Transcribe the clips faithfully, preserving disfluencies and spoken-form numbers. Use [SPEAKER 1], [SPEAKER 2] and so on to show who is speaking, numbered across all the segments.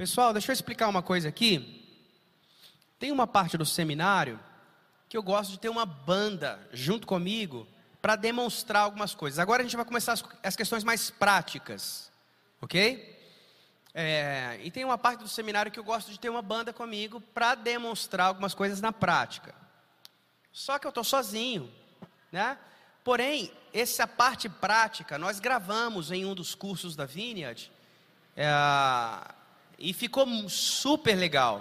[SPEAKER 1] Pessoal, deixa eu explicar uma coisa aqui. Tem uma parte do seminário que eu gosto de ter uma banda junto comigo para demonstrar algumas coisas. Agora a gente vai começar as, as questões mais práticas, ok? É, e tem uma parte do seminário que eu gosto de ter uma banda comigo para demonstrar algumas coisas na prática. Só que eu estou sozinho, né? Porém, essa parte prática nós gravamos em um dos cursos da Vineyard, é, e ficou super legal.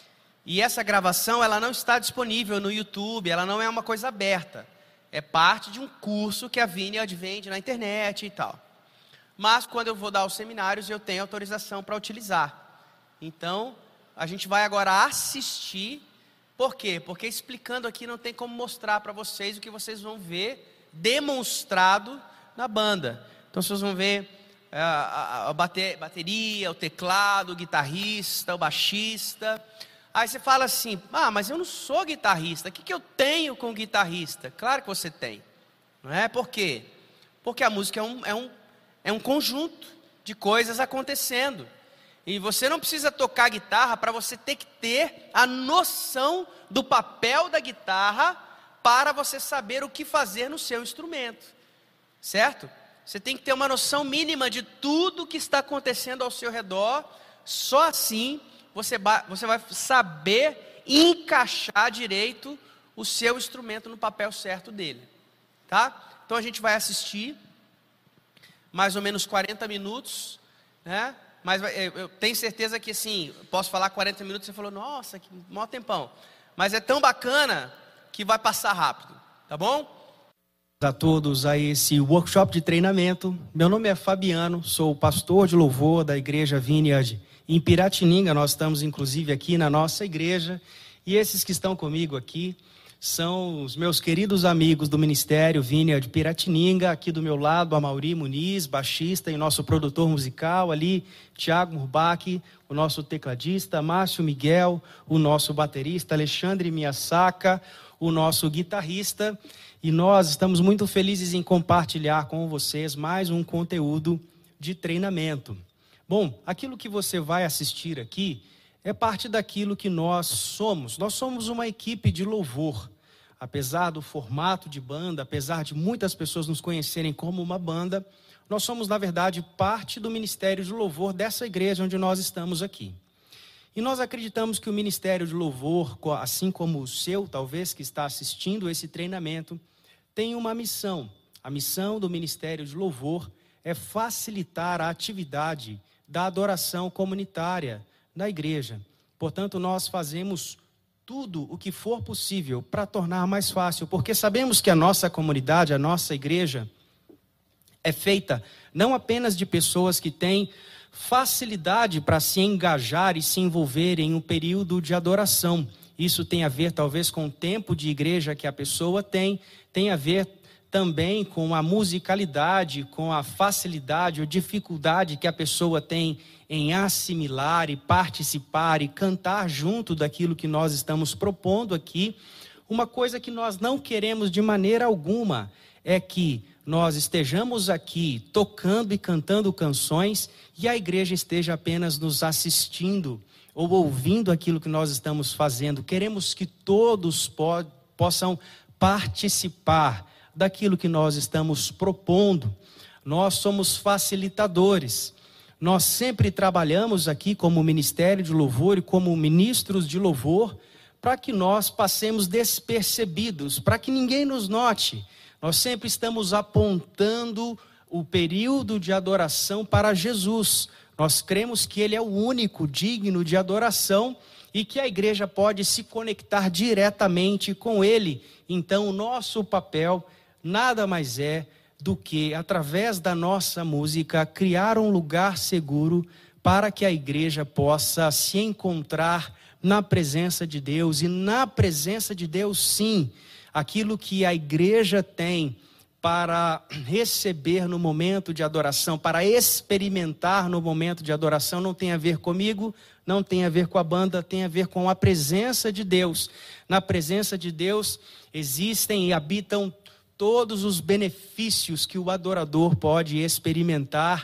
[SPEAKER 1] E essa gravação ela não está disponível no YouTube, ela não é uma coisa aberta. É parte de um curso que a Vineyard vende na internet e tal. Mas quando eu vou dar os seminários, eu tenho autorização para utilizar. Então, a gente vai agora assistir. Por quê? Porque explicando aqui não tem como mostrar para vocês o que vocês vão ver demonstrado na banda. Então vocês vão ver a, a, a bateria, o teclado, o guitarrista, o baixista. Aí você fala assim, ah, mas eu não sou guitarrista, o que, que eu tenho com guitarrista? Claro que você tem, não é? Por quê? Porque a música é um, é um, é um conjunto de coisas acontecendo. E você não precisa tocar guitarra para você ter que ter a noção do papel da guitarra para você saber o que fazer no seu instrumento, certo? Você tem que ter uma noção mínima de tudo que está acontecendo ao seu redor. Só assim você, você vai saber encaixar direito o seu instrumento no papel certo dele, tá? Então a gente vai assistir mais ou menos quarenta minutos, né? Mas eu tenho certeza que assim, posso falar quarenta minutos, você falou, nossa, que maior tempão. Mas é tão bacana que vai passar rápido, tá bom? A todos a esse workshop de treinamento. Meu nome é Fabiano, sou pastor de louvor da igreja Vineyard em Piratininga. Nós estamos inclusive aqui na nossa igreja. E esses que estão comigo aqui são os meus queridos amigos do Ministério Vineyard Piratininga. Aqui do meu lado, a Mauri Muniz, baixista e nosso produtor musical. Ali, Thiago Murbach, o nosso tecladista, Márcio Miguel, o nosso baterista, Alexandre Miyasaka, o nosso guitarrista. E nós estamos muito felizes em compartilhar com vocês mais um conteúdo de treinamento. Bom, aquilo que você vai assistir aqui é parte daquilo que nós somos. Nós somos uma equipe de louvor. Apesar do formato de banda, apesar de muitas pessoas nos conhecerem como uma banda, nós somos, na verdade, parte do ministério de louvor dessa igreja onde nós estamos aqui. E nós acreditamos que o ministério de louvor, assim como o seu, talvez, que está assistindo esse treinamento, tem uma missão. A missão do ministério de louvor é facilitar a atividade da adoração comunitária na igreja. Portanto, nós fazemos tudo o que for possível para tornar mais fácil, porque sabemos que a nossa comunidade, a nossa igreja, é feita não apenas de pessoas que têm facilidade para se engajar e se envolver em um período de adoração. Isso tem a ver talvez com o tempo de igreja que a pessoa tem, tem a ver também com a musicalidade, com a facilidade ou dificuldade que a pessoa tem em assimilar e participar e cantar junto daquilo que nós estamos propondo aqui. Uma coisa que nós não queremos de maneira alguma é que nós estejamos aqui tocando e cantando canções e a igreja esteja apenas nos assistindo ou ouvindo aquilo que nós estamos fazendo. Queremos que todos po- possam participar daquilo que nós estamos propondo. Nós somos facilitadores. Nós sempre trabalhamos aqui como ministério de louvor e como ministros de louvor para que nós passemos despercebidos, para que ninguém nos note. Nós sempre estamos apontando o período de adoração para Jesus. Nós cremos que Ele é o único digno de adoração e que a igreja pode se conectar diretamente com Ele. Então, o nosso papel nada mais é do que, através da nossa música, criar um lugar seguro para que a igreja possa se encontrar na presença de Deus. E na presença de Deus, sim, aquilo que a igreja tem para receber no momento de adoração, para experimentar no momento de adoração, não tem a ver comigo, não tem a ver com a banda, tem a ver com a presença de Deus. Na presença de Deus existem e habitam todos os benefícios que o adorador pode experimentar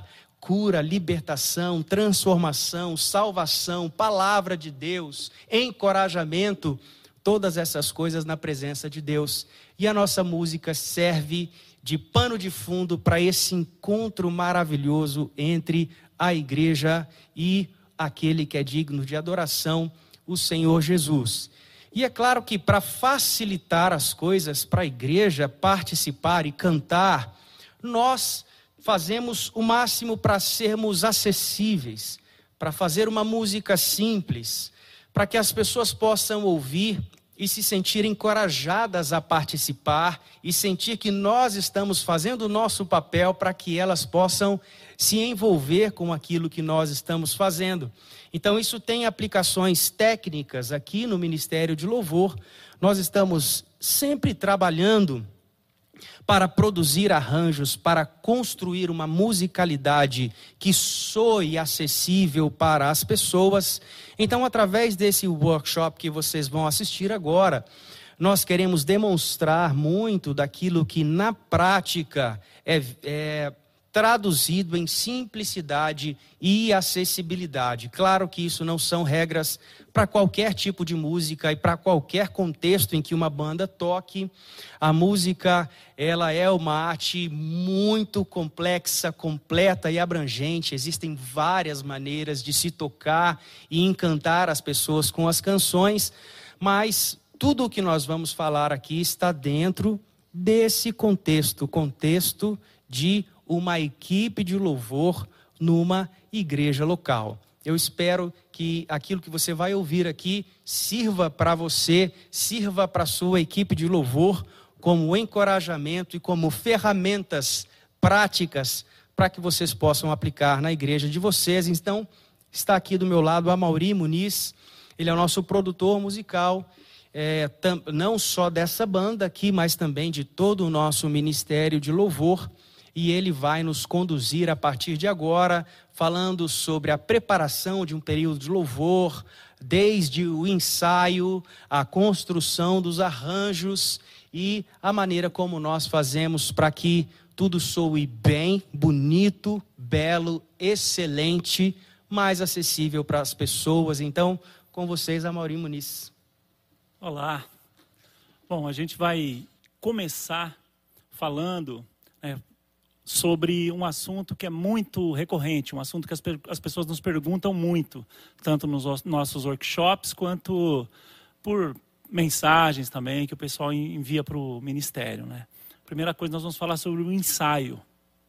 [SPEAKER 1] cura, libertação, transformação, salvação, palavra de Deus, encorajamento, todas essas coisas na presença de Deus. E a nossa música serve de pano de fundo para esse encontro maravilhoso entre a igreja e aquele que é digno de adoração, o Senhor Jesus. E é claro que para facilitar as coisas para a igreja participar e cantar, nós fazemos o máximo para sermos acessíveis, para fazer uma música simples, para que as pessoas possam ouvir e se sentir encorajadas a participar e sentir que nós estamos fazendo o nosso papel para que elas possam se envolver com aquilo que nós estamos fazendo. Então isso tem aplicações técnicas aqui no Ministério de Louvor. Nós estamos sempre trabalhando para produzir arranjos, para construir uma musicalidade que soe acessível para as pessoas. Então, através desse workshop que vocês vão assistir agora, nós queremos demonstrar muito daquilo que na prática é, é traduzido em simplicidade e acessibilidade. Claro que isso não são regras para qualquer tipo de música e para qualquer contexto em que uma banda toque. A música, ela é uma arte muito complexa, completa e abrangente. Existem várias maneiras de se tocar e encantar as pessoas com as canções, mas tudo o que nós vamos falar aqui está dentro desse contexto, contexto de uma equipe de louvor numa igreja local. Eu espero que aquilo que você vai ouvir aqui sirva para você, sirva para a sua equipe de louvor como encorajamento e como ferramentas práticas para que vocês possam aplicar na igreja de vocês. Então, está aqui do meu lado a Mauri Muniz, ele é o nosso produtor musical, é, tam, não só dessa banda aqui, mas também de todo o nosso ministério de louvor. E ele vai nos conduzir a partir de agora, falando sobre a preparação de um período de louvor, desde o ensaio, a construção dos arranjos e a maneira como nós fazemos para que tudo soe bem, bonito, belo, excelente, mais acessível para as pessoas. Então, com vocês, a Mauri Muniz.
[SPEAKER 2] Olá. Bom, a gente vai começar falando É, sobre um assunto que é muito recorrente, um assunto que as, as pessoas nos perguntam muito, tanto nos nossos workshops, quanto por mensagens também, que o pessoal envia para o ministério, né? Primeira coisa, nós vamos falar sobre o ensaio,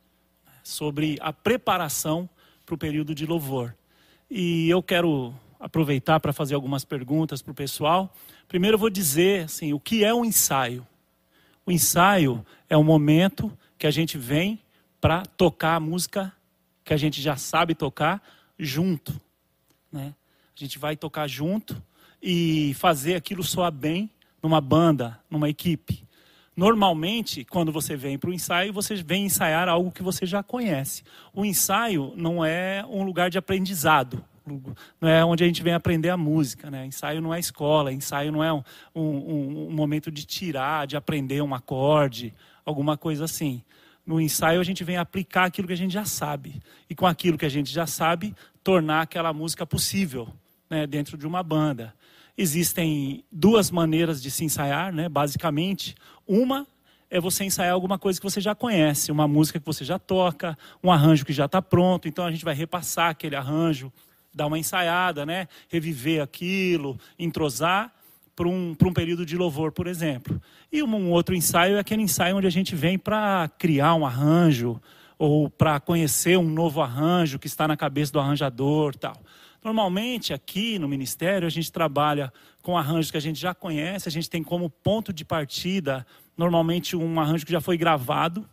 [SPEAKER 2] sobre a preparação para o período de louvor. E eu quero aproveitar para fazer algumas perguntas para o pessoal. Primeiro eu vou dizer assim, o que é um ensaio? O ensaio é um momento que a gente vem para tocar a música que a gente já sabe tocar junto, né? A gente vai tocar junto e fazer aquilo soar bem numa banda, numa equipe. Normalmente, quando você vem para o ensaio, você vem ensaiar algo que você já conhece. O ensaio não é um lugar de aprendizado, não é onde a gente vem aprender a música, né? Ensaio não é escola, ensaio não é um, um, um momento de tirar, de aprender um acorde, alguma coisa assim. No ensaio a gente vem aplicar aquilo que a gente já sabe. E com aquilo que a gente já sabe, tornar aquela música possível, né, dentro de uma banda. Existem duas maneiras de se ensaiar, né, basicamente. Uma é você ensaiar alguma coisa que você já conhece, uma música que você já toca, um arranjo que já está pronto. Então a gente vai repassar aquele arranjo, dar uma ensaiada, né, reviver aquilo, entrosar para um, para um período de louvor, por exemplo. E um outro ensaio é aquele ensaio onde a gente vem para criar um arranjo ou para conhecer um novo arranjo que está na cabeça do arranjador, tal. Normalmente aqui no ministério a gente trabalha com arranjos que a gente já conhece, a gente tem como ponto de partida normalmente um arranjo que já foi gravado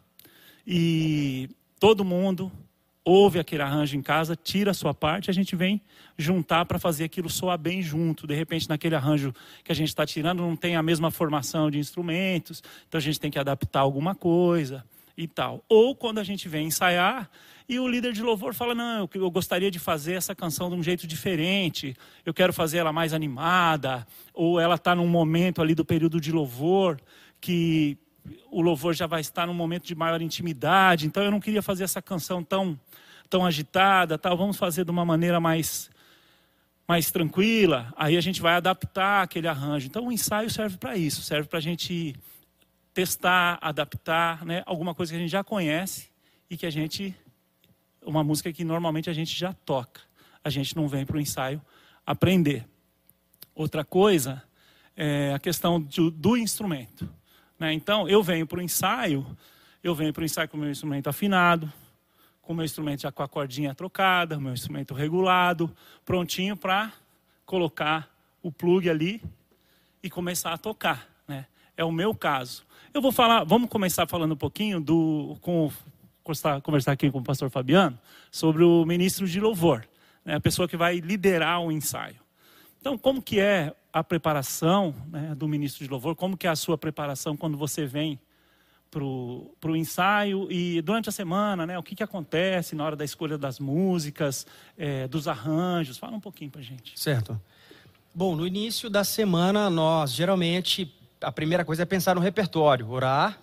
[SPEAKER 2] e todo mundo ouve aquele arranjo em casa, tira a sua parte, a gente vem juntar para fazer aquilo soar bem junto. De repente, naquele arranjo que a gente está tirando, não tem a mesma formação de instrumentos, então a gente tem que adaptar alguma coisa e tal. Ou quando a gente vem ensaiar e o líder de louvor fala, não, eu gostaria de fazer essa canção de um jeito diferente, eu quero fazer ela mais animada, ou ela está num momento ali do período de louvor que o louvor já vai estar num momento de maior intimidade, então eu não queria fazer essa canção tão tão agitada, tal, vamos fazer de uma maneira mais, mais tranquila. Aí a gente vai adaptar aquele arranjo. Então o ensaio serve para isso, serve para a gente testar, adaptar, né, alguma coisa que a gente já conhece e que a gente, uma música que normalmente a gente já toca. A gente não vem para o ensaio aprender. Outra coisa é a questão do, do instrumento, né? Então eu venho para o ensaio, eu venho para o ensaio com o meu instrumento afinado, com o meu instrumento já com a cordinha trocada, o meu instrumento regulado, prontinho para colocar o plug ali e começar a tocar, né? É o meu caso. Eu vou falar, vamos começar falando um pouquinho do, com, conversar aqui com o pastor Fabiano, sobre o ministro de louvor, né? A pessoa que vai liderar o ensaio. Então, como que é a preparação, né, do ministro de louvor? Como que é a sua preparação quando você vem para o ensaio e durante a semana, né, o que, que acontece na hora da escolha das músicas, é, dos arranjos? Fala um pouquinho para a gente.
[SPEAKER 1] Certo. Bom, no início da semana, nós geralmente, a primeira coisa é pensar no repertório, orar,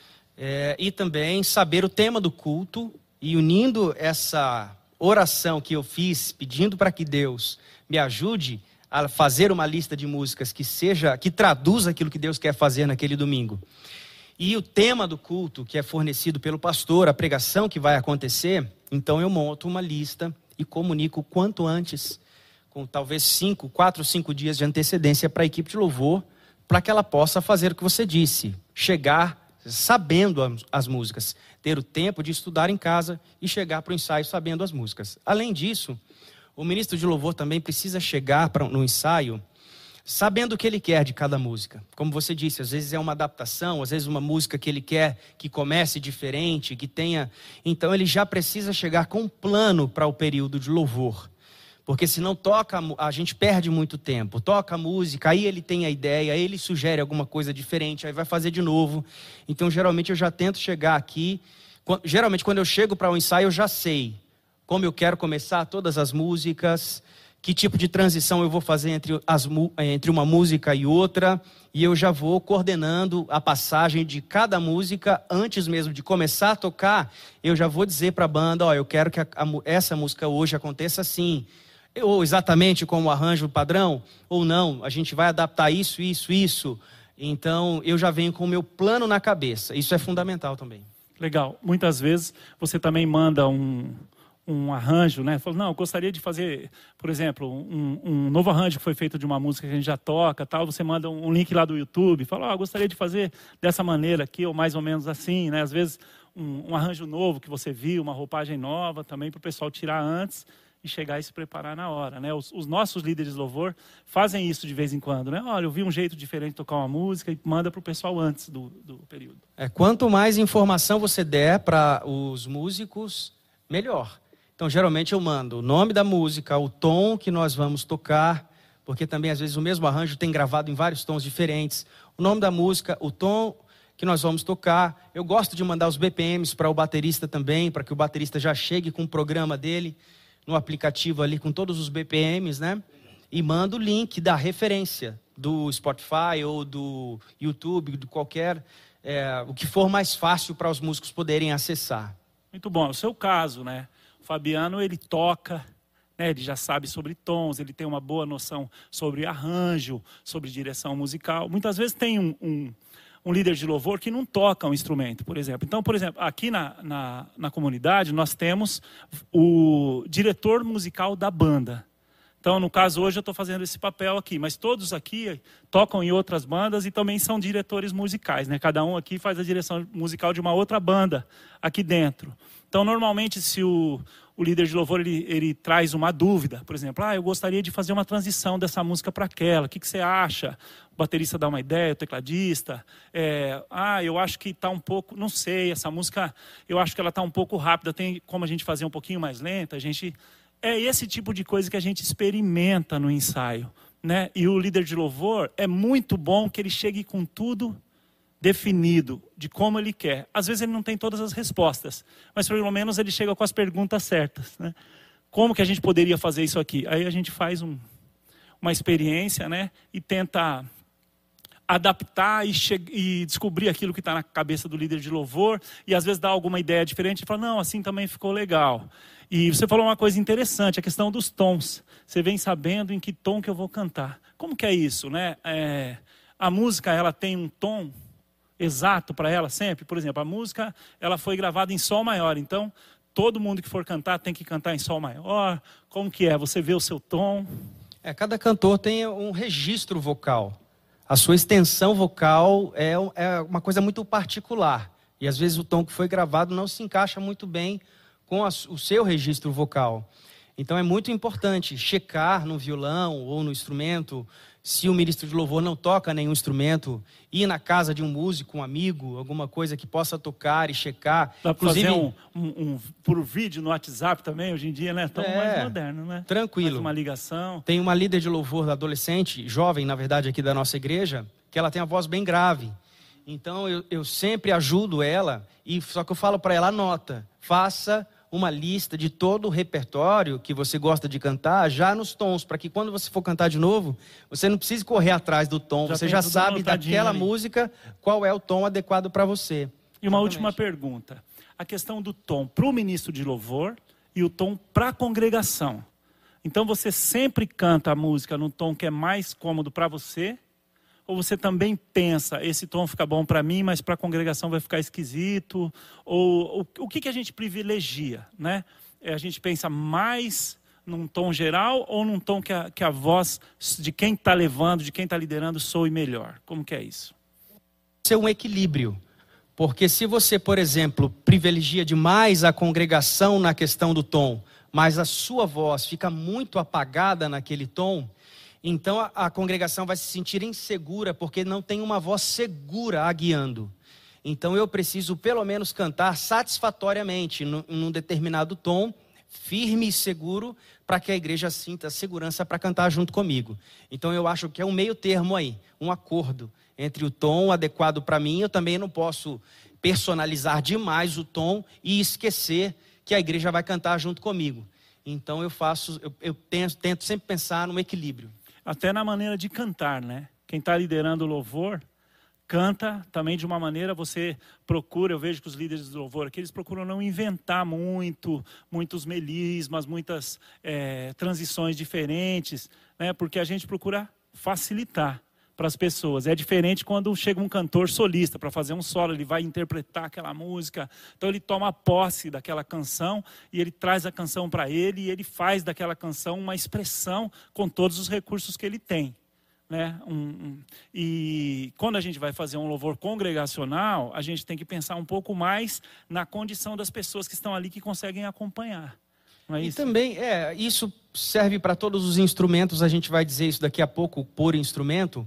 [SPEAKER 1] é, e também saber o tema do culto, e unindo essa oração que eu fiz, pedindo para que Deus me ajude a fazer uma lista de músicas que seja, que traduza aquilo que Deus quer fazer naquele domingo. E o tema do culto, que é fornecido pelo pastor, a pregação que vai acontecer, então eu monto uma lista e comunico o quanto antes, com talvez cinco, quatro, cinco dias de antecedência para a equipe de louvor, para que ela possa fazer o que você disse, chegar sabendo as, as músicas, ter o tempo de estudar em casa e chegar para o ensaio sabendo as músicas. Além disso, o ministro de louvor também precisa chegar pra, no ensaio sabendo o que ele quer de cada música. Como você disse, às vezes é uma adaptação, às vezes uma música que ele quer que comece diferente, que tenha... Então ele já precisa chegar com um plano para o período de louvor. Porque senão toca, a gente perde muito tempo. Toca a música, aí ele tem a ideia, aí ele sugere alguma coisa diferente, aí vai fazer de novo. Então geralmente eu já tento chegar aqui... Geralmente quando eu chego para o ensaio eu já sei como eu quero começar todas as músicas, que tipo de transição eu vou fazer entre, as, entre uma música e outra, e eu já vou coordenando a passagem de cada música, antes mesmo de começar a tocar, eu já vou dizer para a banda, ó, eu quero que a, a, essa música hoje aconteça assim, ou exatamente como o arranjo padrão, ou não, a gente vai adaptar isso, isso, isso, então eu já venho com o meu plano na cabeça, isso é fundamental também.
[SPEAKER 2] Legal, muitas vezes você também manda um... um arranjo, né? Falou, não, eu gostaria de fazer, por exemplo, um, um novo arranjo que foi feito de uma música que a gente já toca, tal. Você manda um link lá do YouTube, fala, ó, oh, eu gostaria de fazer dessa maneira aqui, ou mais ou menos assim, né? Às vezes, um, um arranjo novo que você viu, uma roupagem nova também, para o pessoal tirar antes e chegar e se preparar na hora, né? Os, os nossos líderes de louvor fazem isso de vez em quando, né? Olha, eu vi um jeito diferente de tocar uma música e manda para o pessoal antes do, do período.
[SPEAKER 1] É, quanto mais informação você der para os músicos, melhor. Então, geralmente eu mando o nome da música, o tom que nós vamos tocar, porque também, às vezes, o mesmo arranjo tem gravado em vários tons diferentes. O nome da música, o tom que nós vamos tocar. Eu gosto de mandar os B P Ms para o baterista também, para que o baterista já chegue com o programa dele, no aplicativo ali, com todos os B P Ms, né? E mando o link da referência do Spotify ou do YouTube, de qualquer... É, o que for mais fácil para os músicos poderem acessar.
[SPEAKER 2] Muito bom. É o seu caso, né? O Fabiano, ele toca, né? Ele já sabe sobre tons, ele tem uma boa noção sobre arranjo, sobre direção musical. Muitas vezes tem um, um, um líder de louvor que não toca um instrumento, por exemplo. Então, por exemplo, aqui na, na, na comunidade, nós temos o diretor musical da banda. Então, no caso, hoje eu estou fazendo esse papel aqui, mas todos aqui tocam em outras bandas e também são diretores musicais, né? Cada um aqui faz a direção musical de uma outra banda aqui dentro. Então, normalmente, se o, o líder de louvor ele, ele traz uma dúvida, por exemplo, ah, eu gostaria de fazer uma transição dessa música para aquela, o que, que você acha? O baterista dá uma ideia, o tecladista, é, ah, eu acho que está um pouco, não sei, essa música, eu acho que ela está um pouco rápida, tem como a gente fazer um pouquinho mais lenta, a gente... É esse tipo de coisa que a gente experimenta no ensaio, né? E o líder de louvor é muito bom que ele chegue com tudo definido, de como ele quer. Às vezes ele não tem todas as respostas, mas pelo menos ele chega com as perguntas certas, né? Como que a gente poderia fazer isso aqui? Aí a gente faz um, uma experiência, né? E tenta adaptar e, e descobrir aquilo que está na cabeça do líder de louvor, e às vezes dar alguma ideia diferente e falar, não, assim também ficou legal. E você falou uma coisa interessante, a questão dos tons. Você vem sabendo em que tom que eu vou cantar. Como que é isso, né? É, a música, ela tem um tom exato para ela sempre? Por exemplo, a música, ela foi gravada em sol maior, então todo mundo que for cantar tem que cantar em sol maior. Como que é? Você vê o seu tom?
[SPEAKER 1] É, cada cantor tem um registro vocal. A sua extensão vocal é, é uma coisa muito particular. E às vezes o tom que foi gravado não se encaixa muito bem com a, o seu registro vocal. Então é muito importante checar no violão ou no instrumento, se o ministro de louvor não toca nenhum instrumento, ir na casa de um músico, um amigo, alguma coisa que possa tocar e checar.
[SPEAKER 2] Dá para fazer um, um, um por vídeo no WhatsApp também, hoje em dia, né? Estamos
[SPEAKER 1] é,
[SPEAKER 2] mais modernos, né?
[SPEAKER 1] Tranquilo.
[SPEAKER 2] Mais uma ligação.
[SPEAKER 1] Tem uma líder de louvor adolescente, jovem, na verdade, aqui da nossa igreja, que ela tem a voz bem grave. Então eu, eu sempre ajudo ela, e só que eu falo para ela, anota, faça uma lista de todo o repertório que você gosta de cantar, já nos tons, para que quando você for cantar de novo, você não precise correr atrás do tom, já você já sabe daquela ali. Música qual é o tom adequado para você.
[SPEAKER 2] E uma Exatamente. Última pergunta, a questão do tom para o ministro de louvor e o tom para a congregação. Então você sempre canta a música no tom que é mais cômodo para você, ou você também pensa, esse tom fica bom para mim, mas para a congregação vai ficar esquisito? Ou o, o que, que a gente privilegia, né? A gente pensa mais num tom geral ou num tom que a, que a voz de quem está levando, de quem está liderando, soe melhor? Como que é isso?
[SPEAKER 1] Ser um equilíbrio. Porque se você, por exemplo, privilegia demais a congregação na questão do tom, mas a sua voz fica muito apagada naquele tom, então a, a congregação vai se sentir insegura, porque não tem uma voz segura a guiando. Então eu preciso pelo menos cantar satisfatoriamente, num, num determinado tom, firme e seguro, para que a igreja sinta segurança para cantar junto comigo. Então eu acho que é um meio termo aí, um acordo entre o tom adequado para mim. Eu também não posso personalizar demais o tom e esquecer que a igreja vai cantar junto comigo. Então eu faço, eu, eu tento, tento sempre pensar no equilíbrio.
[SPEAKER 2] Até na maneira de cantar, né? Quem está liderando o louvor, canta também de uma maneira, você procura, eu vejo que os líderes do louvor aqui, eles procuram não inventar muito, muitos melismas, muitas é, transições diferentes, né? Porque a gente procura facilitar para as pessoas. É diferente quando chega um cantor solista para fazer um solo, ele vai interpretar aquela música, então ele toma posse daquela canção e ele traz a canção para ele e ele faz daquela canção uma expressão com todos os recursos que ele tem, né? Um, um, e quando a gente vai fazer um louvor congregacional, a gente tem que pensar um pouco mais na condição das pessoas que estão ali, que conseguem acompanhar. Não é
[SPEAKER 1] e
[SPEAKER 2] isso?
[SPEAKER 1] também, é, isso serve para todos os instrumentos, a gente vai dizer isso daqui a pouco por instrumento,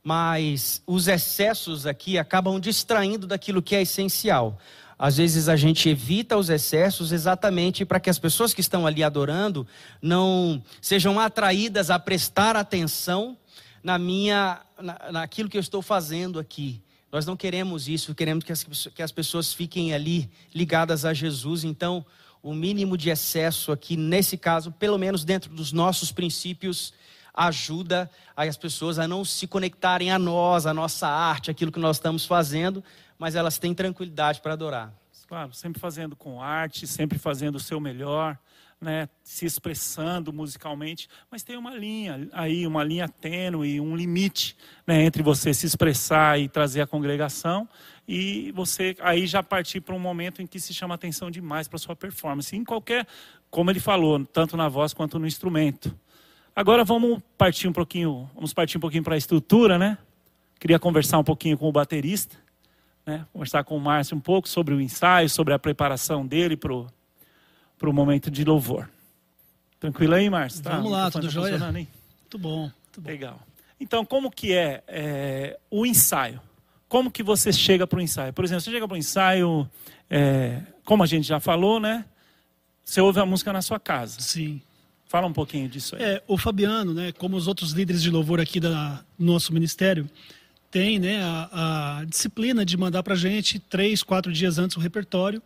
[SPEAKER 1] mas os excessos aqui acabam distraindo daquilo que é essencial. Às vezes a gente evita os excessos exatamente para que as pessoas que estão ali adorando não sejam atraídas a prestar atenção na minha, na, naquilo que eu estou fazendo aqui. Nós não queremos isso, queremos que as, que as pessoas fiquem ali ligadas a Jesus. Então, o mínimo de excesso aqui, nesse caso, pelo menos dentro dos nossos princípios, ajuda as pessoas a não se conectarem a nós, a nossa arte, aquilo que nós estamos fazendo, mas elas têm tranquilidade para adorar.
[SPEAKER 2] Claro, sempre fazendo com arte, sempre fazendo o seu melhor, né? Se expressando musicalmente, mas tem uma linha aí, uma linha tênue, um limite, né? Entre você se expressar e trazer a congregação e você aí já partir para um momento em que se chama atenção demais para a sua performance, em qualquer, como ele falou, tanto na voz quanto no instrumento. Agora vamos partir um pouquinho, vamos partir um pouquinho para a estrutura, né? Queria conversar um pouquinho com o baterista, né? Conversar com o Márcio um pouco sobre o ensaio, sobre a preparação dele para o para o momento de louvor. Tranquilo aí, Márcio?
[SPEAKER 3] Tá? Vamos lá, tudo
[SPEAKER 2] tá
[SPEAKER 3] jóia? Muito bom, muito bom.
[SPEAKER 2] Legal. Então, como que é, é o ensaio? Como que você chega para o ensaio? Por exemplo, você chega para o ensaio, é, como a gente já falou, né? Você ouve a música na sua casa.
[SPEAKER 3] Sim.
[SPEAKER 2] Fala um pouquinho disso aí.
[SPEAKER 3] É, o Fabiano, né, como os outros líderes de louvor aqui do nosso ministério, tem, né, a, a disciplina de mandar para a gente três, quatro dias antes o repertório.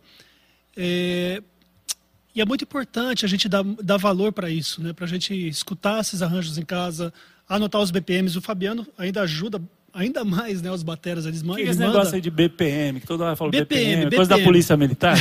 [SPEAKER 3] É, E é muito importante a gente dar, dar valor para isso, né? Para a gente escutar esses arranjos em casa, anotar os B P Ms. O Fabiano ainda ajuda ainda mais, né, os bateras, eles,
[SPEAKER 2] que
[SPEAKER 3] eles
[SPEAKER 2] é esse
[SPEAKER 3] mandam...
[SPEAKER 2] negócio aí de B P M, que toda hora fala B P M,
[SPEAKER 3] B P M,
[SPEAKER 2] coisa
[SPEAKER 3] B P M.
[SPEAKER 2] da polícia militar?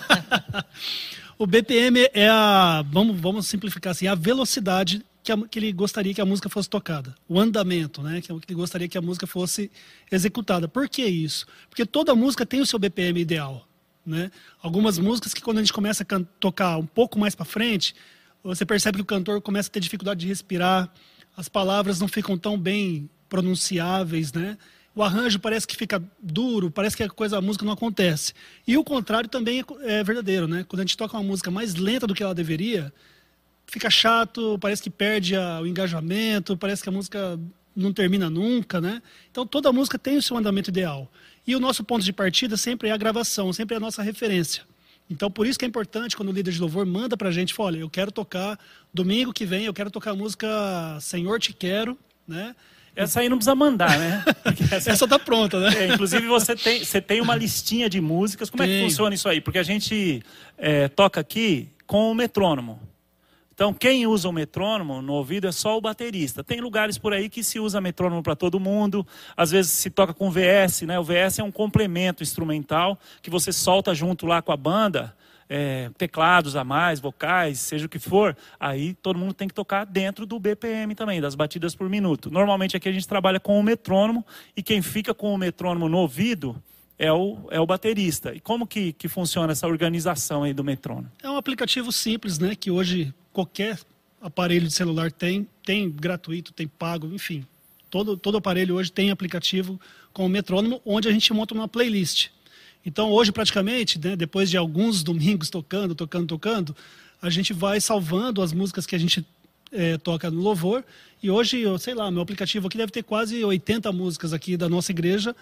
[SPEAKER 3] O B P M é a, vamos, vamos simplificar assim, a velocidade que, a, que ele gostaria que a música fosse tocada. O andamento, né, que ele gostaria que a música fosse executada. Por que isso? Porque toda música tem o seu B P M ideal, né? Algumas músicas que quando a gente começa a tocar um pouco mais para frente, você percebe que o cantor começa a ter dificuldade de respirar, as palavras não ficam tão bem pronunciáveis, né? O arranjo parece que fica duro, parece que a coisa, a música não acontece. E o contrário também é, é verdadeiro, né? Quando a gente toca uma música mais lenta do que ela deveria, fica chato, parece que perde a, o engajamento, parece que a música não termina nunca, né? Então toda música tem o seu andamento ideal. E o nosso ponto de partida sempre é a gravação, sempre é a nossa referência. Então por isso que é importante quando o líder de louvor manda pra gente, fala, olha, eu quero tocar domingo que vem, eu quero tocar a música Senhor Te Quero, né?
[SPEAKER 2] Essa aí não precisa mandar, né?
[SPEAKER 3] Essa, essa tá pronta, né?
[SPEAKER 2] É, inclusive você tem, você tem uma listinha de músicas. Como Tenho. é que funciona isso aí? Porque a gente é, toca aqui com o metrônomo. Então quem usa o metrônomo no ouvido é só o baterista. Tem lugares por aí que se usa metrônomo para todo mundo. Às vezes se toca com V S, né? O V S é um complemento instrumental que você solta junto lá com a banda. É, teclados a mais, vocais, seja o que for, aí todo mundo tem que tocar dentro do B P M também, das batidas por minuto. Normalmente aqui a gente trabalha com o metrônomo e quem fica com o metrônomo no ouvido é o, é o baterista. E como que, que funciona essa organização aí do metrônomo? É
[SPEAKER 3] um aplicativo simples, né, que hoje qualquer aparelho de celular tem, tem gratuito, tem pago, enfim. Todo, todo aparelho hoje tem aplicativo com o metrônomo, onde a gente monta uma playlist. Então, hoje, praticamente, né, depois de alguns domingos tocando, tocando, tocando, a gente vai salvando as músicas que a gente é, toca no louvor. E hoje, eu sei lá, meu aplicativo aqui deve ter quase oitenta músicas aqui da nossa igreja.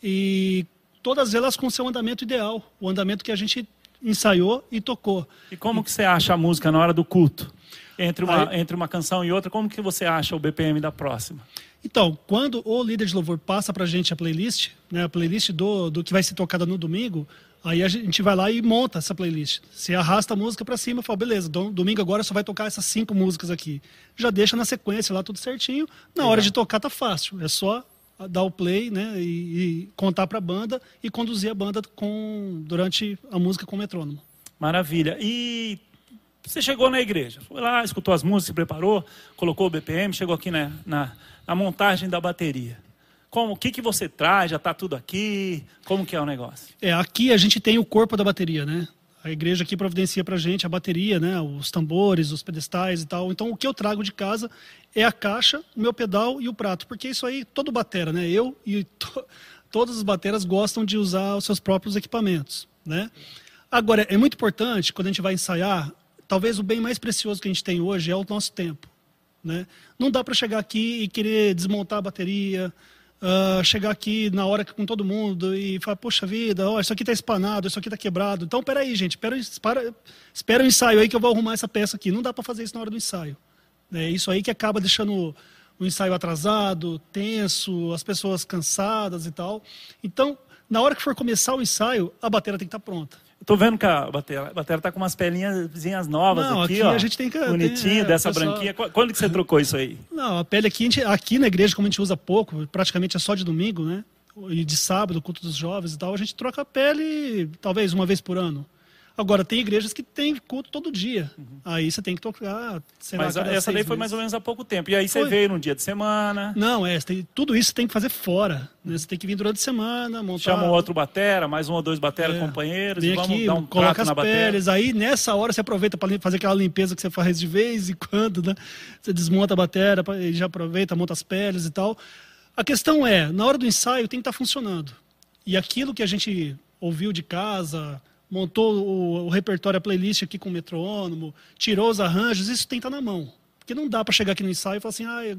[SPEAKER 3] E todas elas com seu andamento ideal, o andamento que a gente ensaiou e tocou.
[SPEAKER 2] E como que você acha a música na hora do culto? Entre uma, Aí... entre uma canção e outra, como que você acha o B P M da próxima?
[SPEAKER 3] Então, quando o líder de louvor passa pra gente a playlist, né, a playlist do, do que vai ser tocada no domingo, aí a gente vai lá e monta essa playlist. Você arrasta a música pra cima e fala, beleza, domingo agora só vai tocar essas cinco músicas aqui. Já deixa na sequência lá tudo certinho. Na hora de tocar tá fácil, é só dar o play, né, e, e contar pra banda e conduzir a banda com, durante a música com o metrônomo.
[SPEAKER 2] Maravilha. E você chegou na igreja, foi lá, escutou as músicas, se preparou, colocou o B P M, chegou aqui na... na a montagem da bateria. Como, o que, que você traz? Já está tudo aqui? Como que é o negócio?
[SPEAKER 3] É, aqui a gente tem o corpo da bateria, né? A igreja aqui providencia pra gente a bateria, né? Os tambores, os pedestais e tal. Então o que eu trago de casa é a caixa, o meu pedal e o prato. Porque isso aí, todo batera, né? Eu e to, todas as bateras gostam de usar os seus próprios equipamentos, né? Agora, é muito importante, quando a gente vai ensaiar, talvez o bem mais precioso que a gente tem hoje é o nosso tempo. Né? Não dá para chegar aqui e querer desmontar a bateria, uh, chegar aqui na hora com todo mundo e falar, poxa vida, ó, isso aqui está espanado, isso aqui está quebrado. Então, peraí, gente, espera, espera, espera o ensaio aí que eu vou arrumar essa peça aqui. Não dá para fazer isso na hora do ensaio. É isso aí que acaba deixando o ensaio atrasado, tenso, as pessoas cansadas e tal. Então, na hora que for começar o ensaio, a bateria tem que estar pronta.
[SPEAKER 2] Estou vendo que a bateria está com umas pelinhas novas. Não, aqui, aqui ó.
[SPEAKER 3] A gente tem que,
[SPEAKER 2] bonitinho,
[SPEAKER 3] tem, é,
[SPEAKER 2] dessa
[SPEAKER 3] pessoal...
[SPEAKER 2] branquinha. Quando que você trocou isso aí?
[SPEAKER 3] Não, a pele aqui, a gente, aqui na igreja, como a gente usa pouco, praticamente é só de domingo, né? E de sábado, culto dos jovens e tal, a gente troca a pele talvez uma vez por ano. Agora, tem igrejas que tem culto todo dia. Uhum. Aí você tem que tocar, sei
[SPEAKER 2] Mas
[SPEAKER 3] lá,
[SPEAKER 2] essa daí foi mais ou menos há pouco tempo. E aí você foi. veio num dia de semana.
[SPEAKER 3] Não, é, tem, tudo isso você tem que fazer fora. Né? Você tem que vir durante a semana, montar...
[SPEAKER 2] Chama um outro batera, mais um ou dois batera, é. companheiros,
[SPEAKER 3] vem
[SPEAKER 2] e vamos
[SPEAKER 3] aqui,
[SPEAKER 2] dar um
[SPEAKER 3] coloca
[SPEAKER 2] prato
[SPEAKER 3] as
[SPEAKER 2] na
[SPEAKER 3] peles.
[SPEAKER 2] batera.
[SPEAKER 3] Aí, nessa hora, você aproveita para fazer aquela limpeza que você faz de vez em quando, né? Você desmonta a batera e já aproveita, monta as peles e tal. A questão é, na hora do ensaio tem que estar funcionando. E aquilo que a gente ouviu de casa... montou o, o repertório, a playlist aqui com o metrônomo, tirou os arranjos, isso tem que estar na mão. Porque não dá para chegar aqui no ensaio e falar assim, ah,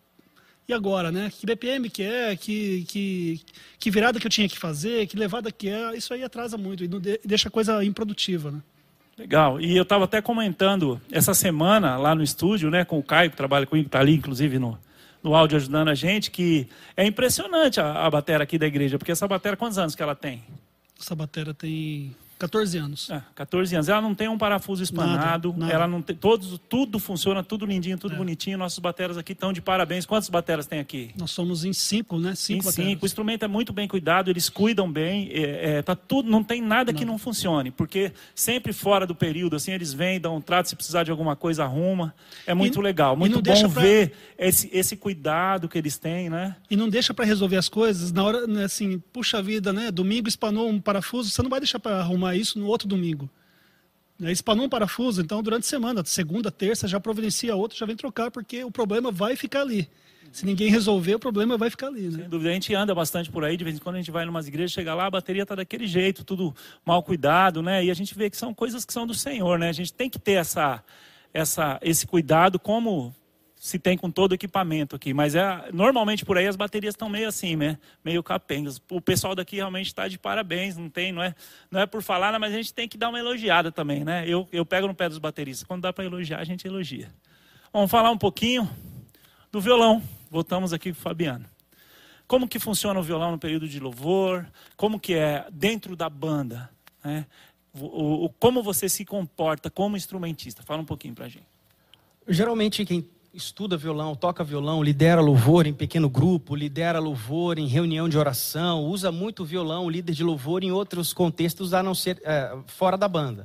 [SPEAKER 3] e agora, né? Que B P M que é, que, que, que virada que eu tinha que fazer, que levada que é, isso aí atrasa muito e não de, deixa a coisa improdutiva, né?
[SPEAKER 2] Legal. E eu estava até comentando essa semana lá no estúdio, né, com o Caio, que trabalha comigo, que está ali, inclusive, no, no áudio ajudando a gente, que é impressionante a, a bateria aqui da igreja, porque essa bateria, quantos anos que ela tem?
[SPEAKER 3] Essa bateria tem... quatorze anos.
[SPEAKER 2] É, quatorze anos. Ela não tem um parafuso espanado,
[SPEAKER 3] Nada, nada.
[SPEAKER 2] ela não tem, todos, tudo funciona, tudo lindinho, tudo
[SPEAKER 3] É.
[SPEAKER 2] bonitinho. Nossos bateras aqui estão de parabéns. Quantas bateras tem aqui?
[SPEAKER 3] Nós somos em cinco, né? Cinco
[SPEAKER 2] Em
[SPEAKER 3] bateras.
[SPEAKER 2] cinco. O instrumento é muito bem cuidado, eles cuidam bem. É, é, tá tudo, não tem nada que não funcione, porque sempre fora do período, assim, eles vêm, dão um trato, se precisar de alguma coisa, arruma. É muito
[SPEAKER 3] E-
[SPEAKER 2] legal,
[SPEAKER 3] e
[SPEAKER 2] muito
[SPEAKER 3] não
[SPEAKER 2] bom
[SPEAKER 3] deixa pra-
[SPEAKER 2] ver esse, esse cuidado que eles têm, né?
[SPEAKER 3] E não deixa para resolver as coisas na hora, né, assim, puxa vida, né? Domingo espanou um parafuso, você não vai deixar para arrumar isso no outro domingo. Né, espanou um parafuso, então durante a semana, segunda, terça, já providencia outro, já vem trocar, porque o problema vai ficar ali. Se ninguém resolver, o problema vai ficar ali, né?
[SPEAKER 2] Sem dúvida, a gente anda bastante por aí, de vez em quando a gente vai em umas igrejas, chega lá, a bateria está daquele jeito, tudo mal cuidado, né? E a gente vê que são coisas que são do Senhor, né? A gente tem que ter essa, essa, esse cuidado como se tem com todo o equipamento aqui. Mas é, normalmente por aí as baterias estão meio assim, né? Meio capengas. O pessoal daqui realmente está de parabéns, não tem, não é, não é por falar, mas a gente tem que dar uma elogiada também, né? Eu, eu pego no pé dos bateristas. Quando dá para elogiar, a gente elogia. Vamos falar um pouquinho do violão. Voltamos aqui com o Fabiano. Como que funciona o violão no período de louvor? Como que é dentro da banda? Né? O, o, como você se comporta como instrumentista? Fala um pouquinho pra gente.
[SPEAKER 1] Geralmente quem estuda violão, toca violão, lidera louvor em pequeno grupo, lidera louvor em reunião de oração, usa muito o violão, líder de louvor em outros contextos a não ser é, fora da banda.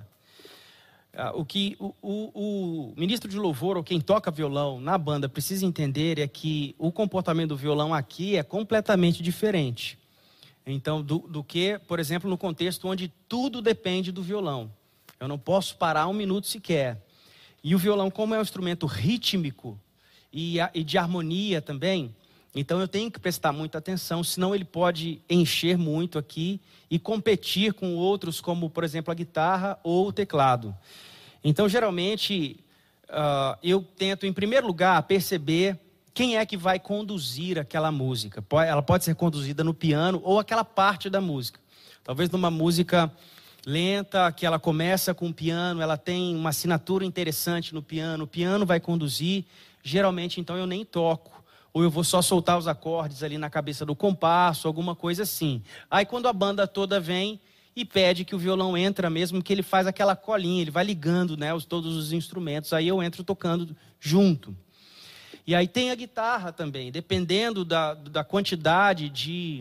[SPEAKER 1] O que o, o, o ministro de louvor ou quem toca violão na banda precisa entender é que o comportamento do violão aqui é completamente diferente. Então, do, do que, por exemplo, no contexto onde tudo depende do violão. Eu não posso parar um minuto sequer. E o violão, como é um instrumento rítmico e, a, e de harmonia também, então eu tenho que prestar muita atenção, senão ele pode encher muito aqui e competir com outros, como, por exemplo, a guitarra ou o teclado. Então, geralmente, uh, eu tento, em primeiro lugar, perceber quem é que vai conduzir aquela música. Ela pode ser conduzida no piano ou aquela parte da música. Talvez numa música lenta, que ela começa com o piano, ela tem uma assinatura interessante no piano, o piano vai conduzir. Geralmente, então, eu nem toco. Ou eu vou só soltar os acordes ali na cabeça do compasso, alguma coisa assim. Aí, quando a banda toda vem e pede que o violão entra mesmo, que ele faz aquela colinha, ele vai ligando, né, os, todos os instrumentos, aí eu entro tocando junto. E aí tem a guitarra também, dependendo da, da quantidade de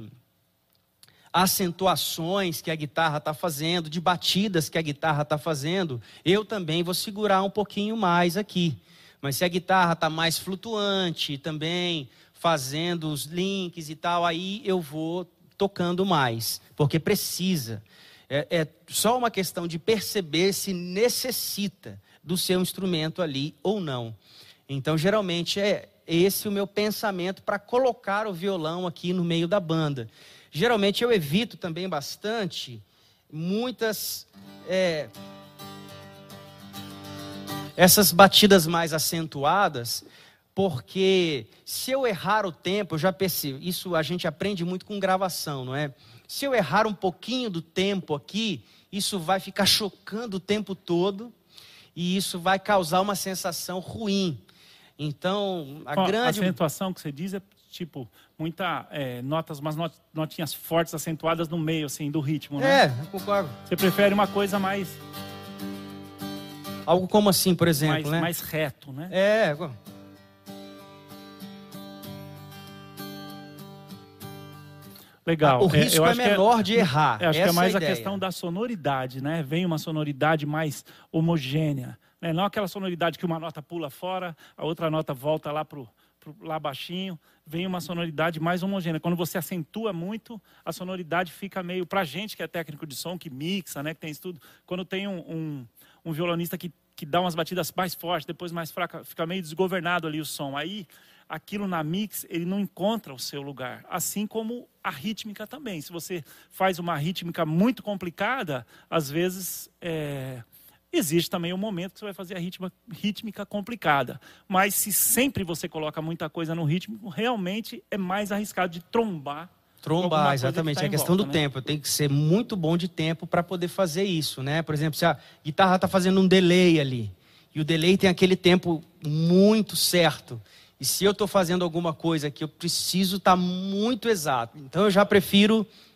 [SPEAKER 1] acentuações que a guitarra está fazendo, de batidas que a guitarra está fazendo, eu também vou segurar um pouquinho mais aqui. Mas se a guitarra está mais flutuante também, fazendo os links e tal, aí eu vou tocando mais, porque precisa. É, é só uma questão de perceber se necessita do seu instrumento ali ou não. Então, geralmente, é esse o meu pensamento para colocar o violão aqui no meio da banda. Geralmente, eu evito também bastante muitas... É, essas batidas mais acentuadas, porque se eu errar o tempo, eu já percebo, isso a gente aprende muito com gravação, não é? Se eu errar um pouquinho do tempo aqui, isso vai ficar chocando o tempo todo e isso vai causar uma sensação ruim. Então, a
[SPEAKER 2] Ó,
[SPEAKER 1] grande...
[SPEAKER 2] A acentuação que você diz é tipo, muita é, notas, umas not, notinhas fortes, acentuadas no meio, assim, do ritmo, né?
[SPEAKER 1] É, eu concordo.
[SPEAKER 2] Você prefere uma coisa mais...
[SPEAKER 1] Algo como assim, por exemplo,
[SPEAKER 2] mais,
[SPEAKER 1] né?
[SPEAKER 2] mais reto, né?
[SPEAKER 1] É.
[SPEAKER 2] Legal.
[SPEAKER 1] O risco
[SPEAKER 2] é, eu
[SPEAKER 1] é
[SPEAKER 2] acho
[SPEAKER 1] menor
[SPEAKER 2] que é,
[SPEAKER 1] de errar.
[SPEAKER 2] Eu acho
[SPEAKER 1] Essa
[SPEAKER 2] que é mais
[SPEAKER 1] é a,
[SPEAKER 2] a
[SPEAKER 1] ideia.
[SPEAKER 2] questão da sonoridade, né? Vem uma sonoridade mais homogênea, né? Não aquela sonoridade que uma nota pula fora, a outra nota volta lá pro, pro lá baixinho. Vem uma sonoridade mais homogênea. Quando você acentua muito, a sonoridade fica meio... Pra gente que é técnico de som, que mixa, né? Que tem isso tudo. Quando tem um, um, um violonista que, que dá umas batidas mais fortes, depois mais fraca, fica meio desgovernado ali o som. Aí, aquilo na mix, ele não encontra o seu lugar. Assim como a rítmica também. Se você faz uma rítmica muito complicada, às vezes... É... Existe também um momento que você vai fazer a ritma, rítmica complicada. Mas se sempre você coloca muita coisa no ritmo, realmente é mais arriscado de trombar.
[SPEAKER 1] Trombar, exatamente.
[SPEAKER 2] Que tá
[SPEAKER 1] é a questão
[SPEAKER 2] volta,
[SPEAKER 1] do
[SPEAKER 2] né?
[SPEAKER 1] tempo. Eu tenho que ser muito bom de tempo para poder fazer isso, né? Por exemplo, se a guitarra está fazendo um delay ali, e o delay tem aquele tempo muito certo, e se eu estou fazendo alguma coisa que eu preciso estar tá muito exato, então eu já prefiro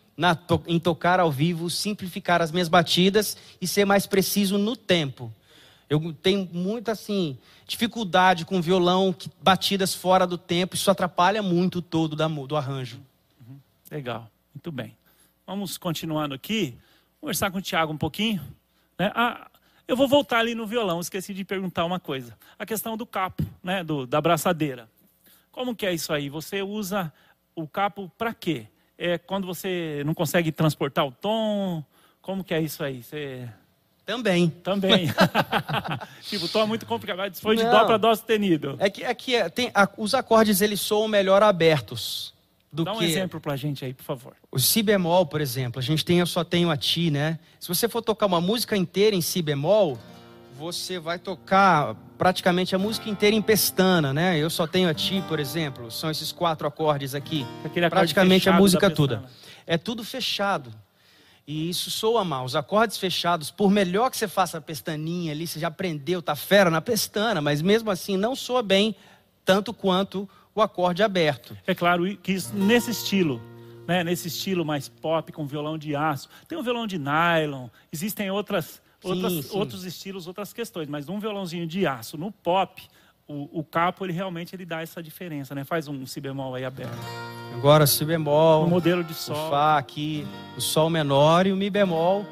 [SPEAKER 1] na to, em tocar ao vivo, simplificar as minhas batidas e ser mais preciso no tempo. Eu tenho muita assim, dificuldade com violão, que, batidas fora do tempo, isso atrapalha muito o todo da, do arranjo.
[SPEAKER 2] Uhum. Legal, muito bem. Vamos continuando aqui, conversar com o Thiago um pouquinho. Né? Ah, eu vou voltar ali no violão, esqueci de perguntar uma coisa. A questão do capo, né? do, da braçadeira. Como que é isso aí? Você usa o capo para quê? É quando você não consegue transportar o tom? Como que é isso aí? Você...
[SPEAKER 1] Também.
[SPEAKER 2] Também. Tipo, o tom é muito complicado. Foi de
[SPEAKER 1] não.
[SPEAKER 2] dó para dó sustenido.
[SPEAKER 1] É que, é que tem, a, os acordes eles soam melhor abertos. Do
[SPEAKER 2] Dá um
[SPEAKER 1] que...
[SPEAKER 2] exemplo pra gente aí, por favor.
[SPEAKER 1] O si bemol, por exemplo, a gente tem Eu Só Tenho a Ti, né? Se você for tocar uma música inteira em si bemol, você vai tocar praticamente a música inteira em pestana, né? Eu Só Tenho a Ti, por exemplo, são esses quatro acordes aqui.
[SPEAKER 2] Aquele acorde
[SPEAKER 1] praticamente a música
[SPEAKER 2] da
[SPEAKER 1] toda. É tudo fechado. E isso soa mal. Os acordes fechados, por melhor que você faça a pestaninha ali, você já aprendeu, tá fera na pestana, mas mesmo assim não soa bem tanto quanto o acorde aberto.
[SPEAKER 2] É claro que isso, nesse estilo, né, nesse estilo mais pop, com violão de aço, tem um violão de nylon, existem outras, outras,
[SPEAKER 1] sim, sim.
[SPEAKER 2] outros estilos, outras questões, mas um violãozinho de aço no pop, o, o capo ele realmente ele dá essa diferença, né? Faz um si bemol aí aberto.
[SPEAKER 1] Agora si bemol,
[SPEAKER 2] o modelo de
[SPEAKER 1] o
[SPEAKER 2] sol,
[SPEAKER 1] fá aqui, o sol menor e o mi bemol,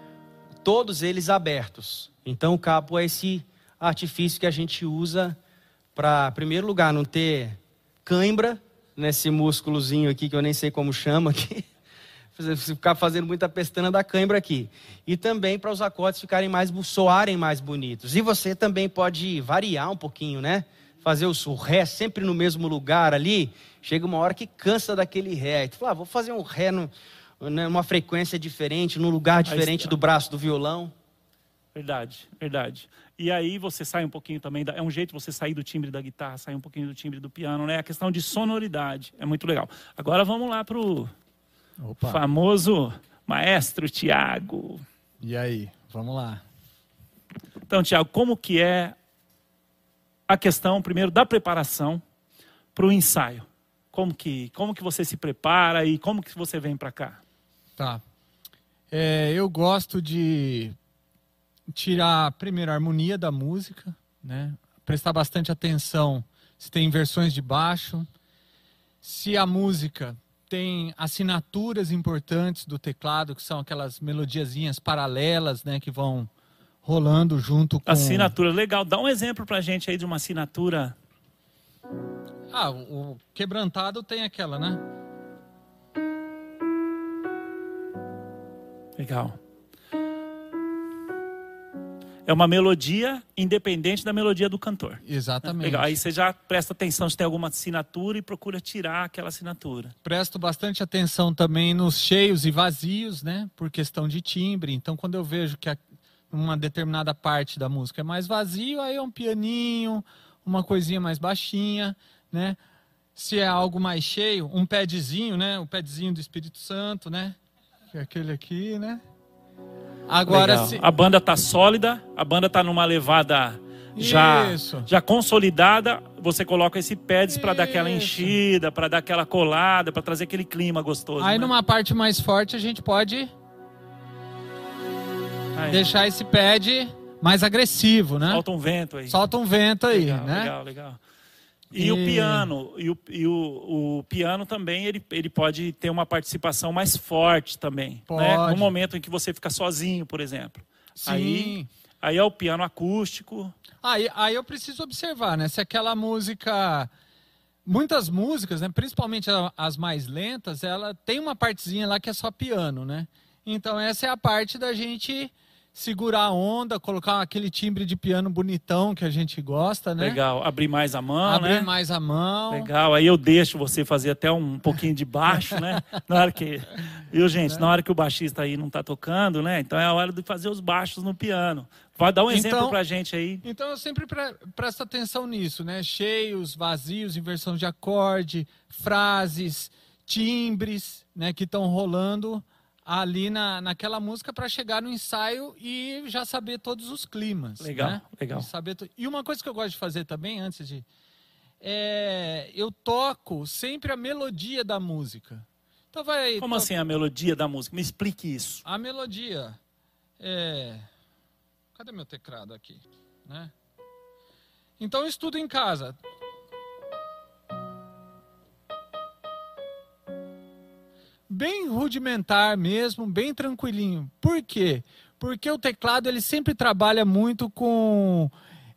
[SPEAKER 1] todos eles abertos. Então o capo é esse artifício que a gente usa para, em primeiro lugar, não ter cãibra nesse músculozinho aqui, que eu nem sei como chama aqui. Ficar fazendo muita pestana da cãibra aqui. E também para os acordes ficarem mais, soarem mais bonitos. E você também pode variar um pouquinho, né? Fazer o ré sempre no mesmo lugar ali. Chega uma hora que cansa daquele ré. Aí tu fala, ah, vou fazer um ré no, numa frequência diferente, num lugar diferente do braço do violão.
[SPEAKER 2] Verdade, verdade. E aí você sai um pouquinho também, da, é um jeito você sair do timbre da guitarra, sair um pouquinho do timbre do piano, né? A questão de sonoridade, é muito legal. Agora vamos lá pro Opa. famoso maestro Thiago.
[SPEAKER 4] E aí, vamos lá.
[SPEAKER 2] Então, Thiago, como que é a questão, primeiro, da preparação para o ensaio? Como que, como que você se prepara e como que você vem para cá?
[SPEAKER 4] Tá. É, eu gosto de tirar primeiro a harmonia da música, né? Prestar bastante atenção se tem inversões de baixo, se a música tem assinaturas importantes do teclado, que são aquelas melodiazinhas paralelas, né, que vão rolando junto com...
[SPEAKER 2] Assinatura, legal. Dá um exemplo pra gente aí de uma assinatura.
[SPEAKER 4] Ah, o, o quebrantado tem aquela, né?
[SPEAKER 2] Legal. É uma melodia independente da melodia do cantor.
[SPEAKER 4] Exatamente.
[SPEAKER 2] Legal. Aí você já presta atenção se tem alguma assinatura e procura tirar aquela assinatura.
[SPEAKER 4] Presto bastante atenção também nos cheios e vazios, né? Por questão de timbre. Então, quando eu vejo que uma determinada parte da música é mais vazio, aí é um pianinho, uma coisinha mais baixinha, né? Se é algo mais cheio, um padzinho, né? O padzinho do Espírito Santo, né? Que é aquele aqui, né? Agora, se...
[SPEAKER 2] a banda tá sólida, a banda tá numa levada já, já consolidada, você coloca esse pads para dar aquela enchida, para dar aquela colada, para trazer aquele clima gostoso.
[SPEAKER 4] Aí
[SPEAKER 2] né?
[SPEAKER 4] Numa parte mais forte a gente pode
[SPEAKER 2] aí. deixar
[SPEAKER 4] esse pad mais agressivo, né?
[SPEAKER 2] Solta um vento aí.
[SPEAKER 4] Solta um vento aí,
[SPEAKER 2] legal,
[SPEAKER 4] né?
[SPEAKER 2] Legal, legal. E, e o piano, e, o, e o, o piano também, ele, ele pode ter uma participação mais forte também.
[SPEAKER 4] Pode.
[SPEAKER 2] Né? No momento em que você fica sozinho, por exemplo.
[SPEAKER 4] Sim.
[SPEAKER 2] Aí, aí é o piano acústico.
[SPEAKER 4] Aí, aí eu preciso observar, né? Se aquela música... Muitas músicas, né? Principalmente as mais lentas, ela tem uma partezinha lá que é só piano, né? Então essa é a parte da gente... segurar a onda, colocar aquele timbre de piano bonitão que a gente gosta, né?
[SPEAKER 2] Legal, abrir mais a mão,
[SPEAKER 4] abrir
[SPEAKER 2] né?
[SPEAKER 4] Abrir mais a mão.
[SPEAKER 2] Legal, aí eu deixo você fazer até um pouquinho de baixo, né? Na hora que... Viu, gente? É. Na hora que o baixista aí não tá tocando, né? Então é a hora de fazer os baixos no piano. Vai dar um exemplo
[SPEAKER 4] então,
[SPEAKER 2] pra gente aí.
[SPEAKER 4] Então eu sempre pre presto atenção nisso, né? Cheios, vazios, inversão de acorde, frases, timbres, né? Que estão rolando... ali na, naquela música para chegar no ensaio e já saber todos os climas.
[SPEAKER 2] Legal,
[SPEAKER 4] né?
[SPEAKER 2] legal.
[SPEAKER 4] Saber e uma coisa que eu gosto de fazer também, antes de... É, eu toco sempre a melodia da música. Então vai.
[SPEAKER 2] Como
[SPEAKER 4] to...
[SPEAKER 2] assim a melodia da música? Me explique isso.
[SPEAKER 4] A melodia é. Cadê meu teclado aqui? Né? Então eu estudo em casa. Bem rudimentar mesmo, bem tranquilinho. Por quê? Porque o teclado ele sempre trabalha muito com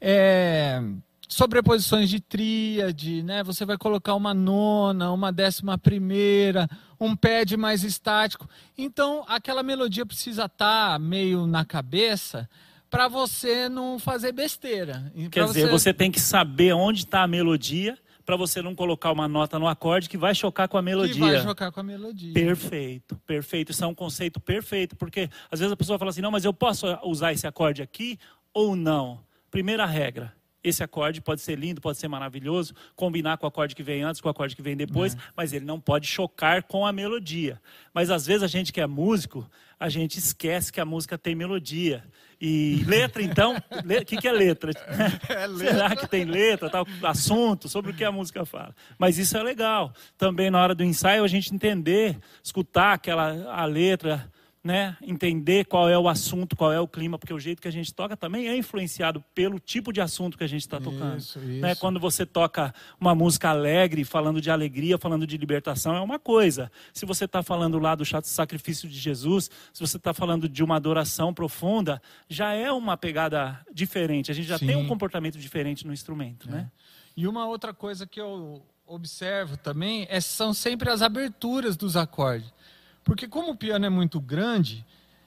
[SPEAKER 4] é, sobreposições de tríade, né? Você vai colocar uma nona, uma décima primeira, um pad mais estático. Então aquela melodia precisa estar meio na cabeça para você não fazer besteira.
[SPEAKER 2] Quer dizer, você... você tem que saber onde está a melodia para você não colocar uma nota no acorde que vai chocar com a melodia.
[SPEAKER 4] Que vai chocar com a melodia.
[SPEAKER 2] Perfeito, perfeito. Isso é um conceito perfeito, porque às vezes a pessoa fala assim, não, mas eu posso usar esse acorde aqui ou não? Primeira regra, esse acorde pode ser lindo, pode ser maravilhoso, combinar com o acorde que vem antes, com o acorde que vem depois, é. mas ele não pode chocar com a melodia. Mas às vezes a gente que é músico, a gente esquece que a música tem melodia. E letra, então, o que, que é letra? É letra? Será que tem letra, tal, assunto, sobre o que a música fala? Mas isso é legal. Também na hora do ensaio a gente entender, escutar aquela, a letra, né? Entender qual é o assunto, qual é o clima, porque o jeito que a gente toca também é influenciado pelo tipo de assunto que a gente está tocando.
[SPEAKER 4] Isso, isso.
[SPEAKER 2] Né? Quando você toca uma música alegre, falando de alegria, falando de libertação, é uma coisa. Se você está falando lá do sacrifício de Jesus, se você está falando de uma adoração profunda, já é uma pegada diferente. A gente já Sim. tem um comportamento diferente no instrumento.
[SPEAKER 4] É.
[SPEAKER 2] Né?
[SPEAKER 4] E uma outra coisa que eu observo também é, são sempre as aberturas dos acordes. Porque como o piano é muito grande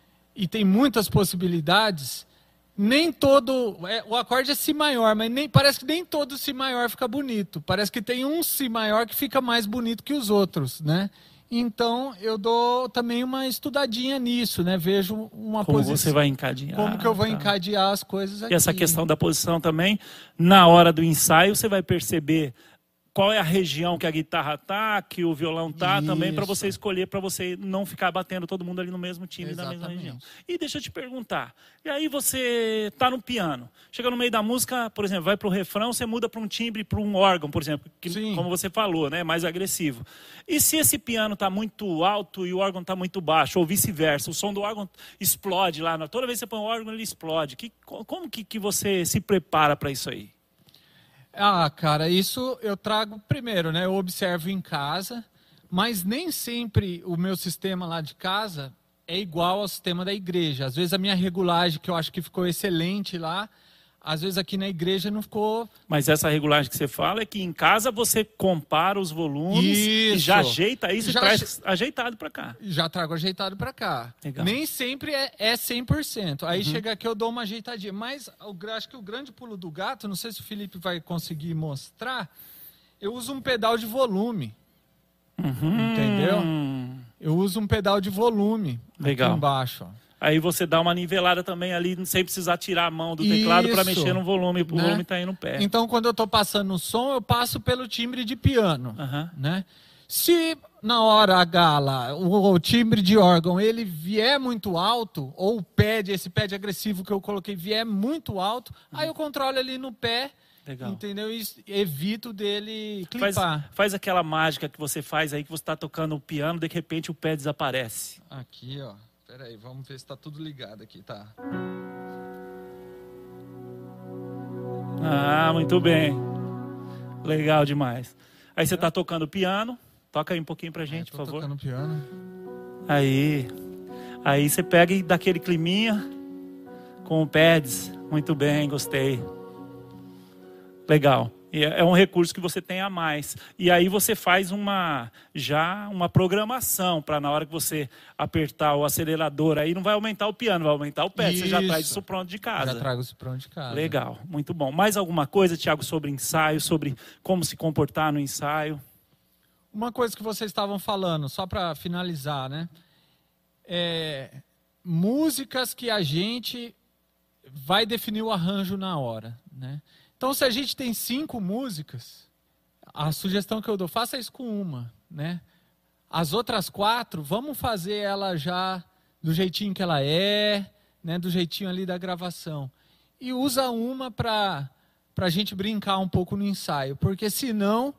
[SPEAKER 4] e tem muitas possibilidades, nem todo... É, o acorde é Si maior, mas nem, parece que nem todo Si maior fica bonito. Parece que tem um Si maior que fica mais bonito que os outros, né? Então, eu dou também uma estudadinha nisso, né? Vejo uma
[SPEAKER 2] como
[SPEAKER 4] posição...
[SPEAKER 2] Como você vai encadear.
[SPEAKER 4] Como que eu vou
[SPEAKER 2] tá.
[SPEAKER 4] encadear as coisas aqui.
[SPEAKER 2] E essa questão da posição também, na hora do ensaio, você vai perceber... Qual é a região que a guitarra tá, que o violão tá, Isso. também para você escolher, para você não ficar batendo todo mundo ali no mesmo time, Exatamente. Na mesma região. E deixa eu te perguntar, e aí você tá no piano, chega no meio da música, por exemplo, vai pro refrão, você muda para um timbre, para um órgão, por exemplo, que, como você falou, né, mais agressivo. E se esse piano tá muito alto e o órgão tá muito baixo, ou vice-versa, o som do órgão explode lá, toda vez que você põe o órgão ele explode. Que, como que, que você se prepara para isso aí?
[SPEAKER 4] Ah, cara, isso eu trago primeiro, né? Eu observo em casa, mas nem sempre o meu sistema lá de casa é igual ao sistema da igreja. Às vezes a minha regulagem, que eu acho que ficou excelente lá, às vezes aqui na igreja não ficou...
[SPEAKER 2] Mas essa regulagem que você fala é que em casa você compara os volumes
[SPEAKER 4] isso.
[SPEAKER 2] e já ajeita isso
[SPEAKER 4] já
[SPEAKER 2] e traz ajeitado para cá.
[SPEAKER 4] Já trago ajeitado para cá.
[SPEAKER 2] Legal.
[SPEAKER 4] Nem sempre é, é cem por cento. Aí uhum. chega aqui eu dou uma ajeitadinha. Mas eu acho que o grande pulo do gato, não sei se o Felipe vai conseguir mostrar, eu uso um pedal de volume.
[SPEAKER 2] Uhum.
[SPEAKER 4] Entendeu? Eu uso um pedal de volume
[SPEAKER 2] Legal.
[SPEAKER 4] Aqui embaixo, ó.
[SPEAKER 2] Aí você dá uma nivelada também ali, sem precisar tirar a mão do teclado para mexer no volume, o né? volume está aí no pé.
[SPEAKER 4] Então, quando eu estou passando o som, eu passo pelo timbre de piano.
[SPEAKER 2] Uhum.
[SPEAKER 4] Né? Se na hora H lá, o, o timbre de órgão ele vier muito alto, ou o pad, esse pad agressivo que eu coloquei vier muito alto, uhum. aí eu controlo ali no pé,
[SPEAKER 2] Legal.
[SPEAKER 4] Entendeu? E evito dele
[SPEAKER 2] faz,
[SPEAKER 4] clipar.
[SPEAKER 2] Faz aquela mágica que você faz aí, que você está tocando o piano, de repente o pé desaparece.
[SPEAKER 4] Aqui, ó. Pera aí, vamos ver se tá tudo ligado aqui, tá?
[SPEAKER 2] Ah, muito bem. Legal demais. Aí você tá tocando piano. Toca aí um pouquinho pra gente,
[SPEAKER 4] é,
[SPEAKER 2] por favor.
[SPEAKER 4] Tocando piano.
[SPEAKER 2] Aí. Aí você pega e dá aquele climinha com o pads. Muito bem, gostei. Legal. E é um recurso que você tem a mais. E aí você faz uma, já uma programação para na hora que você apertar o acelerador, aí não vai aumentar o piano, vai aumentar o pé. Isso. Você já traz isso pronto de casa.
[SPEAKER 4] Já trago isso pronto de casa.
[SPEAKER 2] Legal, muito bom. Mais alguma coisa, Thiago, sobre ensaio, sobre como se comportar no ensaio?
[SPEAKER 4] Uma coisa que vocês estavam falando, só para finalizar, né? É, músicas que a gente vai definir o arranjo na hora, né? Então, se a gente tem cinco músicas, a sugestão que eu dou, faça isso com uma, né? As outras quatro, vamos fazer ela já do jeitinho que ela é, né? Do jeitinho ali da gravação. E usa uma para a gente brincar um pouco no ensaio, porque senão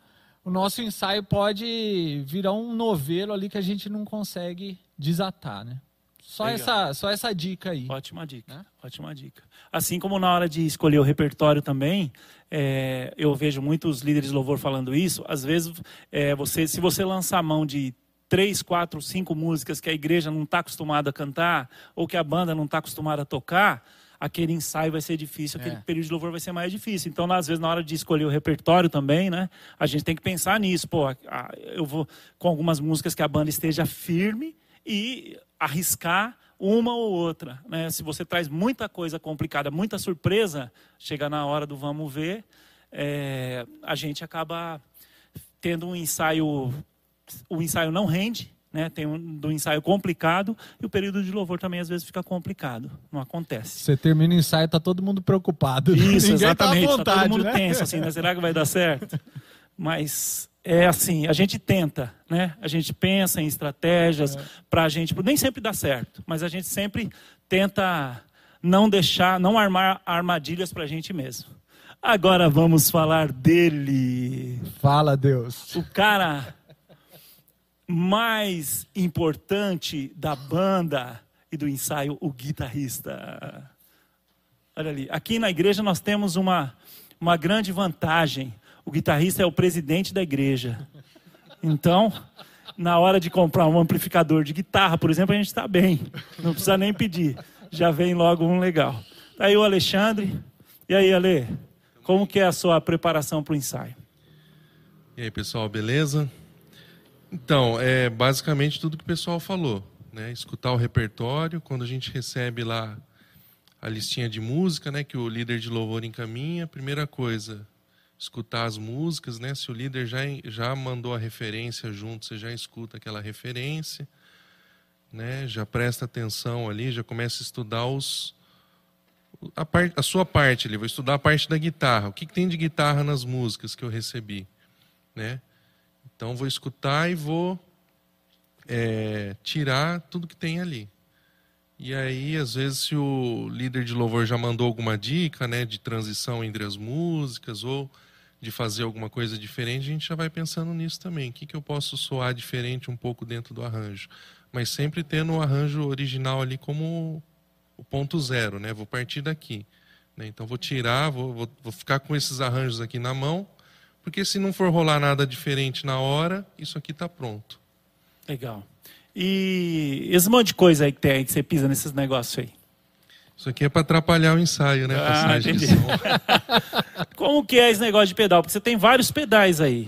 [SPEAKER 4] o nosso ensaio pode virar um novelo ali que a gente não consegue desatar, né? Só essa, só essa dica aí.
[SPEAKER 2] Ótima dica,
[SPEAKER 4] né?
[SPEAKER 2] Ótima dica. Assim como na hora de escolher o repertório também, é, eu vejo muitos líderes de louvor falando isso. Às vezes, é, você, se você lançar a mão de três, quatro, cinco músicas que a igreja não está acostumada a cantar, ou que a banda não está acostumada a tocar, aquele ensaio vai ser difícil, aquele
[SPEAKER 4] É.
[SPEAKER 2] período de louvor vai ser mais difícil. Então, às vezes, na hora de escolher o repertório também, né, a gente tem que pensar nisso. Pô, eu vou com algumas músicas que a banda esteja firme e arriscar uma ou outra, né? Se você traz muita coisa complicada, muita surpresa, chega na hora do vamos ver, é, a gente acaba tendo um ensaio, o ensaio não rende, né? Tem um do ensaio complicado e o período de louvor também às vezes fica complicado, não acontece.
[SPEAKER 4] Você termina o ensaio, tá todo mundo preocupado.
[SPEAKER 2] Isso,
[SPEAKER 4] Ninguém
[SPEAKER 2] exatamente,
[SPEAKER 4] tá à
[SPEAKER 2] tá
[SPEAKER 4] vontade,
[SPEAKER 2] todo mundo
[SPEAKER 4] né?
[SPEAKER 2] tenso assim, né? Será que vai dar certo? Mas é assim, a gente tenta, né? A gente pensa em estratégias
[SPEAKER 4] É.
[SPEAKER 2] para a gente, nem sempre dá certo, mas a gente sempre tenta não deixar, não armar armadilhas para a gente mesmo. Agora vamos falar dele,
[SPEAKER 4] Fala, Deus.
[SPEAKER 2] o cara mais importante da banda e do ensaio, o guitarrista. Olha ali, aqui na igreja nós temos uma, uma grande vantagem. O guitarrista é o presidente da igreja. Então, na hora de comprar um amplificador de guitarra, por exemplo, a gente está bem. Não precisa nem pedir. Já vem logo um legal. Tá aí o Alexandre. E aí, Ale, como que é a sua preparação para o ensaio?
[SPEAKER 5] E aí, pessoal, beleza? Então, é basicamente tudo que o pessoal falou, né? Escutar o repertório, quando a gente recebe lá a listinha de música, né, que o líder de louvor encaminha, primeira coisa, escutar as músicas, né? Se o líder já, já mandou a referência junto, você já escuta aquela referência, né? Já presta atenção ali, já começa a estudar os, a, part, a sua parte ali. Vou estudar a parte da guitarra. O que, que tem de guitarra nas músicas que eu recebi, né? Então vou escutar e vou é, tirar tudo que tem ali. E aí, às vezes, se o líder de louvor já mandou alguma dica, né, de transição entre as músicas ou de fazer alguma coisa diferente, a gente já vai pensando nisso também. O que, que eu posso soar diferente um pouco dentro do arranjo? Mas sempre tendo o arranjo original ali como o ponto zero, né? Vou partir daqui, né? Então vou tirar, vou, vou, vou ficar com esses arranjos aqui na mão, porque se não for rolar nada diferente na hora, isso aqui está pronto.
[SPEAKER 2] Legal. E esse monte de coisa aí que tem aí, que você pisa nesses negócios aí?
[SPEAKER 5] Isso aqui é para atrapalhar o ensaio, né?
[SPEAKER 2] Ah,
[SPEAKER 5] Passagem de
[SPEAKER 2] entendi.
[SPEAKER 5] som.
[SPEAKER 2] Como que é esse negócio de pedal? Porque você tem vários pedais aí.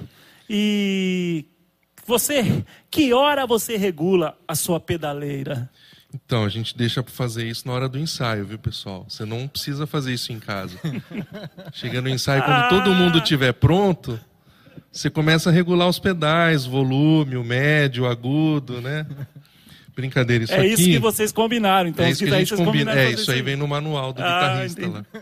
[SPEAKER 2] E você, que hora você regula a sua pedaleira?
[SPEAKER 5] Então, a gente deixa para fazer isso na hora do ensaio, viu, pessoal? Você não precisa fazer isso em casa. Chega no ensaio, quando
[SPEAKER 2] Ah!
[SPEAKER 5] todo mundo estiver pronto, você começa a regular os pedais, o volume, o médio, o agudo, né? Brincadeira, isso
[SPEAKER 2] é
[SPEAKER 5] aqui...
[SPEAKER 2] isso que vocês combinaram, então.
[SPEAKER 5] é
[SPEAKER 2] os
[SPEAKER 5] isso que a gente
[SPEAKER 2] guitarristas
[SPEAKER 5] combina.
[SPEAKER 2] combinaram
[SPEAKER 5] É,
[SPEAKER 2] fazer
[SPEAKER 5] isso aí vem no manual do
[SPEAKER 2] Ah,
[SPEAKER 5] guitarrista
[SPEAKER 2] entendi.
[SPEAKER 5] lá.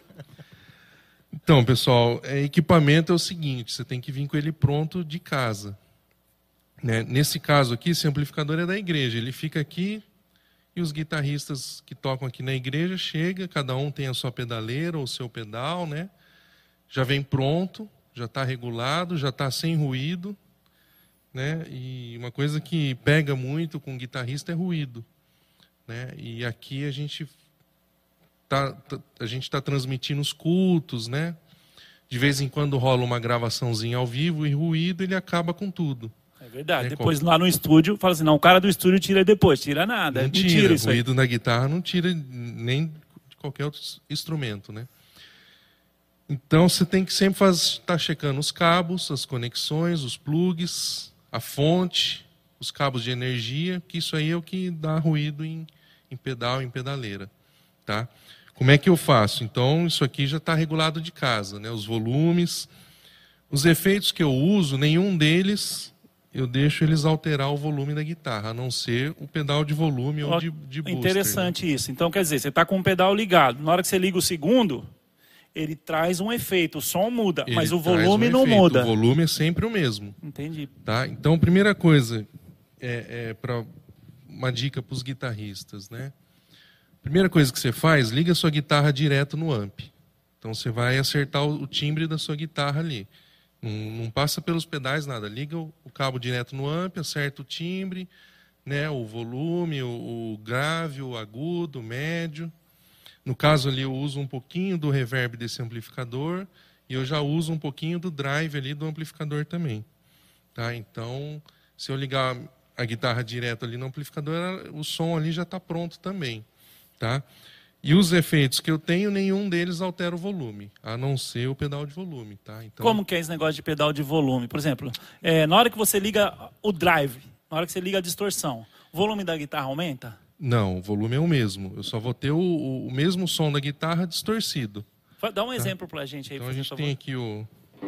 [SPEAKER 5] Então, pessoal, é, equipamento é o seguinte, você tem que vir com ele pronto de casa, né? Nesse caso aqui, esse amplificador é da igreja, ele fica aqui e os guitarristas que tocam aqui na igreja chegam, cada um tem a sua pedaleira ou o seu pedal, né? Já vem pronto, já está regulado, já está sem ruído, né? E uma coisa que pega muito com o guitarrista é ruído, né? E aqui a gente tá, tá, a gente está transmitindo os cultos, né? De vez em quando rola uma gravaçãozinha ao vivo e ruído ele acaba com tudo.
[SPEAKER 2] É verdade.
[SPEAKER 5] É,
[SPEAKER 2] Depois lá no estúdio, fala assim, não, o cara do estúdio tira depois. Tira nada.
[SPEAKER 5] Não
[SPEAKER 2] é
[SPEAKER 5] tira,
[SPEAKER 2] mentira isso aí.
[SPEAKER 5] ruído na guitarra não tira nem de qualquer outro instrumento, né? Então você tem que sempre estar tá checando os cabos, as conexões, os plugs, a fonte, os cabos de energia, que isso aí é o que dá ruído em, em pedal, em pedaleira, tá? Como é que eu faço? Então isso aqui já está regulado de casa, né? Os volumes, os efeitos que eu uso, nenhum deles eu deixo eles alterar o volume da guitarra, a não ser o pedal de volume ou
[SPEAKER 2] Ó,
[SPEAKER 5] de, de booster.
[SPEAKER 2] interessante, né? Isso. Então, quer dizer, você está com o pedal ligado. Na hora que você liga o segundo, ele traz um efeito. O som muda,
[SPEAKER 5] Ele
[SPEAKER 2] mas o
[SPEAKER 5] traz
[SPEAKER 2] volume
[SPEAKER 5] um
[SPEAKER 2] não
[SPEAKER 5] efeito,
[SPEAKER 2] muda.
[SPEAKER 5] O volume é sempre o mesmo.
[SPEAKER 2] Entendi.
[SPEAKER 5] Tá? Então, primeira coisa, é, é para uma dica para os guitarristas, né? Primeira coisa que você faz, liga a sua guitarra direto no amp. Então, você vai acertar o, o timbre da sua guitarra ali. Não, não passa pelos pedais, nada. Liga o, o cabo direto no amp, acerta o timbre, né, o volume, o, o grave, o agudo, o médio. No caso ali eu uso um pouquinho do reverb desse amplificador e eu já uso um pouquinho do drive ali do amplificador também. Tá? Então, se eu ligar a guitarra direto ali no amplificador, o som ali já está pronto também. Tá? E os efeitos que eu tenho, nenhum deles altera o volume, a não ser o pedal de volume. Tá? Então...
[SPEAKER 2] Como que é esse negócio de pedal de volume? Por exemplo, é, na hora que você liga o drive, na hora que você liga a distorção, o volume da guitarra aumenta?
[SPEAKER 5] Não, o volume é o mesmo. Eu só vou ter o, o mesmo som da guitarra distorcido.
[SPEAKER 2] Dá um exemplo pra gente aí,
[SPEAKER 5] então
[SPEAKER 2] por
[SPEAKER 5] a gente
[SPEAKER 2] favor.
[SPEAKER 5] tem aqui o...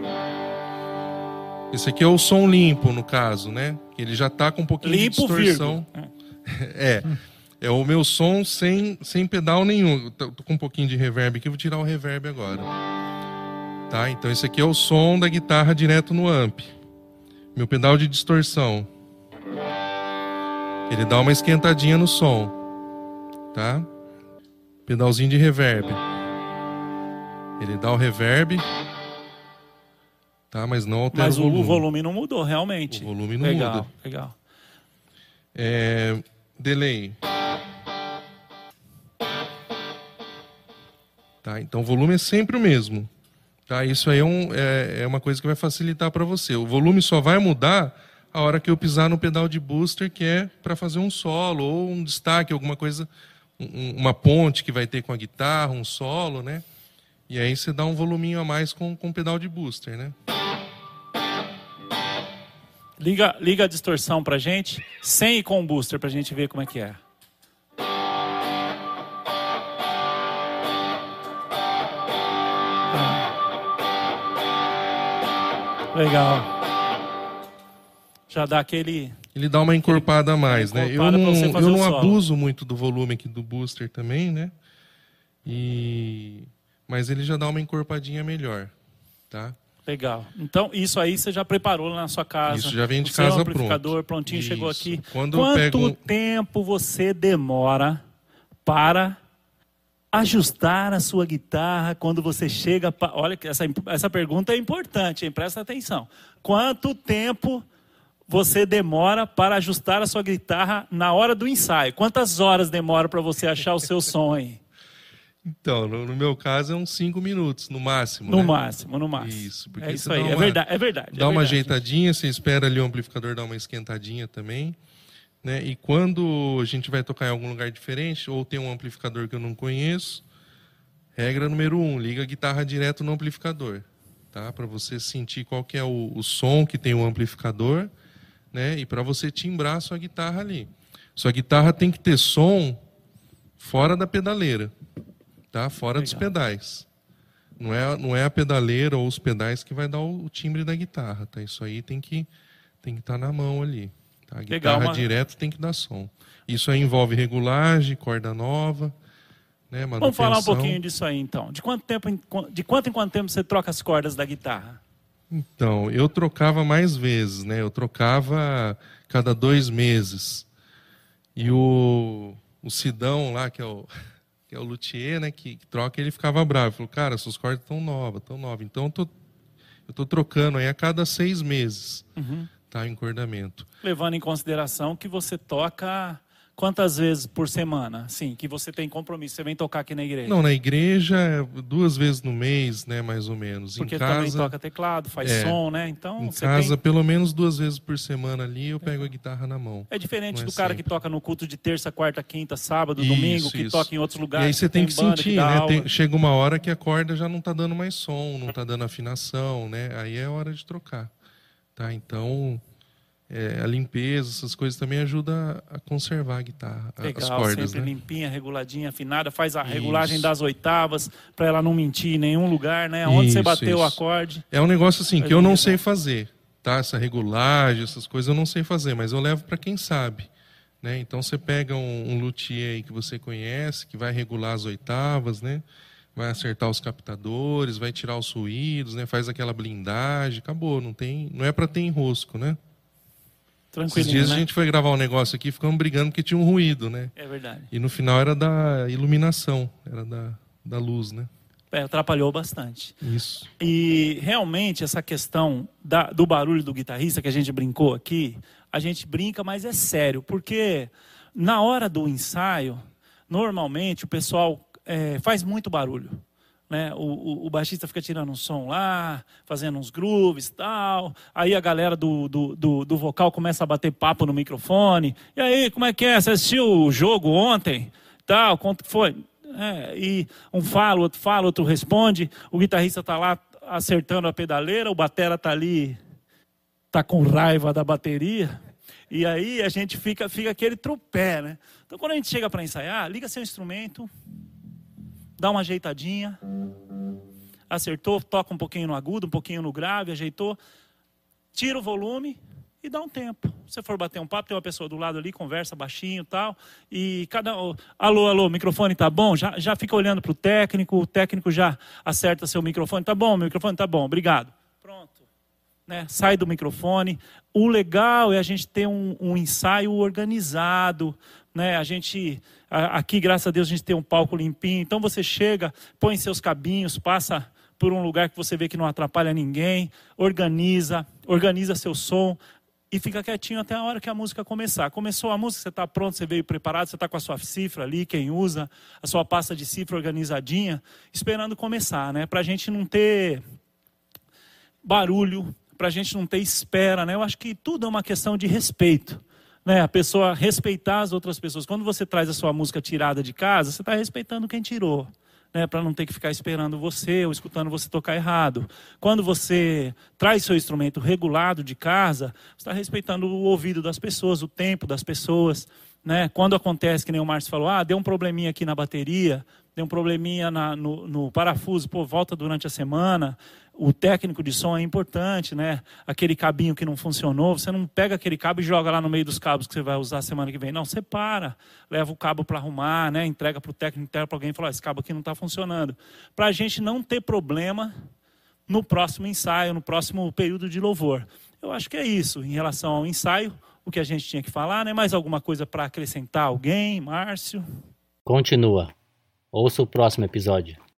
[SPEAKER 5] Esse aqui é o som limpo, no caso, né? Ele já está com um pouquinho
[SPEAKER 2] limpo,
[SPEAKER 5] de distorção. É, é o meu som sem, sem pedal nenhum. Tô com um pouquinho de reverb aqui, vou tirar o reverb agora. Tá? Então esse aqui é o som da guitarra direto no amp. Meu pedal de distorção. Ele dá uma esquentadinha no som. Tá? Pedalzinho de reverb. Ele dá o reverb. Tá? Mas não altera
[SPEAKER 2] Mas
[SPEAKER 5] o volume.
[SPEAKER 2] o volume não mudou, realmente.
[SPEAKER 5] O volume não
[SPEAKER 2] legal,
[SPEAKER 5] muda.
[SPEAKER 2] Legal.
[SPEAKER 5] É, delay. Tá? Então o volume é sempre o mesmo. Tá? Isso aí é, um, é, é uma coisa que vai facilitar para você. O volume só vai mudar a hora que eu pisar no pedal de booster, que é para fazer um solo ou um destaque, alguma coisa, um, uma ponte que vai ter com a guitarra, um solo, né? E aí você dá um voluminho a mais com, com o pedal de booster, né?
[SPEAKER 2] Liga, liga a distorção pra gente, sem e com o booster, pra gente ver como é que é. Legal. Já dá aquele...
[SPEAKER 5] Ele dá uma encorpada a mais, né? Eu não, eu não abuso muito do volume aqui do booster também, né? E... Mas ele já dá uma encorpadinha melhor, tá?
[SPEAKER 2] Legal. Então, isso aí você já preparou na sua casa.
[SPEAKER 5] Isso, já vem de
[SPEAKER 2] o
[SPEAKER 5] casa
[SPEAKER 2] seu amplificador
[SPEAKER 5] pronto.
[SPEAKER 2] prontinho,
[SPEAKER 5] Isso.
[SPEAKER 2] chegou aqui.
[SPEAKER 5] Quando
[SPEAKER 2] Quanto
[SPEAKER 5] eu pego...
[SPEAKER 2] tempo você demora para ajustar a sua guitarra quando você chega... Pa... Olha, essa, essa pergunta é importante, hein? Presta atenção. Quanto tempo você demora para ajustar a sua guitarra na hora do ensaio? Quantas horas demora para você achar o seu som aí?
[SPEAKER 5] Então, no, no meu caso é uns cinco minutos, no máximo.
[SPEAKER 2] No
[SPEAKER 5] né?
[SPEAKER 2] máximo, no máximo.
[SPEAKER 5] Isso, porque
[SPEAKER 2] é isso
[SPEAKER 5] aí,
[SPEAKER 2] aí,
[SPEAKER 5] uma,
[SPEAKER 2] é verdade, é verdade.
[SPEAKER 5] Dá
[SPEAKER 2] é
[SPEAKER 5] uma
[SPEAKER 2] verdade.
[SPEAKER 5] ajeitadinha, você espera ali o amplificador dar uma esquentadinha também. Né? E quando a gente vai tocar em algum lugar diferente, ou tem um amplificador que eu não conheço, regra número um, liga a guitarra direto no amplificador. Tá? Para você sentir qual que é o, o som que tem o amplificador, né? E para você timbrar a sua guitarra ali. Sua guitarra tem que ter som fora da pedaleira. Tá? Fora
[SPEAKER 2] Legal.
[SPEAKER 5] dos pedais. Não é, não é a pedaleira ou os pedais que vai dar o, o timbre da guitarra. Tá? Isso aí tem que tem que estar na mão ali. Tá? A guitarra
[SPEAKER 2] Legal,
[SPEAKER 5] direto tem que dar som. Isso aí envolve regulagem, corda nova, né? Manutenção.
[SPEAKER 2] Vamos falar um pouquinho disso aí, então. De quanto tempo, em, de quanto em quanto tempo você troca as cordas da guitarra?
[SPEAKER 5] Então, eu trocava mais vezes, né? Eu trocava cada dois meses. E o, o Sidão lá, que é o, que é o luthier, né? Que, que troca, ele ficava bravo. Ele falou, cara, suas cordas estão novas, estão novas. Então, eu tô, eu tô trocando aí a cada seis meses,
[SPEAKER 2] Uhum.
[SPEAKER 5] tá? O encordamento.
[SPEAKER 2] Levando em consideração que você toca quantas vezes por semana? Sim, que você tem compromisso. Você vem tocar aqui na igreja.
[SPEAKER 5] Não, na igreja, duas vezes no mês, né? Mais ou menos.
[SPEAKER 2] Porque
[SPEAKER 5] em casa,
[SPEAKER 2] também toca teclado, faz
[SPEAKER 5] é,
[SPEAKER 2] som, né? Então,
[SPEAKER 5] em
[SPEAKER 2] você
[SPEAKER 5] casa,
[SPEAKER 2] tem...
[SPEAKER 5] pelo menos duas vezes por semana ali, eu pego a guitarra na mão.
[SPEAKER 2] É diferente
[SPEAKER 5] Não é
[SPEAKER 2] do cara
[SPEAKER 5] sempre.
[SPEAKER 2] que toca no culto de terça, quarta, quinta, sábado,
[SPEAKER 5] Isso,
[SPEAKER 2] domingo, que
[SPEAKER 5] isso.
[SPEAKER 2] toca em outros lugares.
[SPEAKER 5] E aí você tem que
[SPEAKER 2] banda,
[SPEAKER 5] sentir,
[SPEAKER 2] dá
[SPEAKER 5] né?
[SPEAKER 2] aula.
[SPEAKER 5] Tem- chega uma hora que a corda já não está dando mais som, não está dando afinação, né? Aí é hora de trocar, tá? Então, é, a limpeza, essas coisas também ajudam a, a conservar a guitarra, a-
[SPEAKER 2] Legal,
[SPEAKER 5] as cordas,
[SPEAKER 2] sempre
[SPEAKER 5] né?
[SPEAKER 2] limpinha, reguladinha, afinada. Faz a
[SPEAKER 5] Isso.
[SPEAKER 2] regulagem das oitavas para ela não mentir em nenhum lugar, né? Onde você
[SPEAKER 5] Isso,
[SPEAKER 2] bateu o
[SPEAKER 5] isso.
[SPEAKER 2] acorde.
[SPEAKER 5] É um negócio assim
[SPEAKER 2] Mas
[SPEAKER 5] que eu não
[SPEAKER 2] legal.
[SPEAKER 5] sei fazer, tá? Essa regulagem, essas coisas eu não sei fazer, mas eu levo para quem sabe, né? Então você pega um, um luthier aí que você conhece, que vai regular as oitavas, né? Vai acertar os captadores, vai tirar os ruídos, né? Faz aquela blindagem, acabou, não tem, não é para ter enrosco, né? Esses
[SPEAKER 2] Tranquilinho,
[SPEAKER 5] dias
[SPEAKER 2] né?
[SPEAKER 5] a gente foi gravar um negócio aqui e ficamos brigando porque tinha um ruído, né?
[SPEAKER 2] É verdade.
[SPEAKER 5] E no final era da iluminação, era da, da luz, né?
[SPEAKER 2] É, atrapalhou bastante.
[SPEAKER 5] Isso.
[SPEAKER 2] E realmente essa questão da, do barulho do guitarrista que a gente brincou aqui, a gente brinca, mas é sério, porque na hora do ensaio, normalmente o pessoal é, faz muito barulho. Né? O, o, o baixista fica tirando um som lá, fazendo uns grooves e tal. Aí a galera do, do, do, do vocal começa a bater papo no microfone. E aí, como é que é? Você assistiu o jogo ontem? Tal, quanto foi? É, e um fala, outro fala, outro responde. O guitarrista está lá acertando a pedaleira, o batera está ali, está com raiva da bateria. E aí a gente fica, fica aquele tropé, né? Então quando a gente chega para ensaiar, liga seu instrumento, dá uma ajeitadinha, acertou, toca um pouquinho no agudo, um pouquinho no grave, ajeitou, tira o volume e dá um tempo. Se você for bater um papo, tem uma pessoa do lado ali, conversa baixinho e tal, e cada... Alô, alô, microfone tá bom? Já, já fica olhando para o técnico, o técnico já acerta seu microfone, tá bom, meu microfone tá bom, obrigado. Pronto. Né? Sai do microfone. O legal é a gente ter um, um ensaio organizado, né? A gente, aqui, graças a Deus, a gente tem um palco limpinho, então você chega, põe seus cabinhos, passa por um lugar que você vê que não atrapalha ninguém, organiza, organiza seu som, e fica quietinho até a hora que a música começar. Começou a música, você está pronto, você veio preparado, você está com a sua cifra ali, quem usa, a sua pasta de cifra organizadinha, esperando começar, né? Para a gente não ter barulho, para a gente não ter espera, né? Eu acho que tudo é uma questão de respeito, né? A pessoa respeitar as outras pessoas. Quando você traz a sua música tirada de casa, você está respeitando quem tirou. Né, para não ter que ficar esperando você ou escutando você tocar errado. Quando você traz seu instrumento regulado de casa, você está respeitando o ouvido das pessoas, o tempo das pessoas. Né? Quando acontece, que nem o Márcio falou, ah, deu um probleminha aqui na bateria, deu um probleminha na, no, no parafuso, pô, volta durante a semana. O técnico de som é importante, né? Aquele cabinho que não funcionou, você não pega aquele cabo e joga lá no meio dos cabos que você vai usar semana que vem. Não, separa, leva o cabo para arrumar, né? Entrega para o técnico, entrega para alguém e fala, esse cabo aqui não está funcionando. Para a gente não ter problema no próximo ensaio, no próximo período de louvor. Eu acho que é isso, em relação ao ensaio, o que a gente tinha que falar, né? Mais alguma coisa para acrescentar alguém, Márcio?
[SPEAKER 6] Continua. Ouça o próximo episódio.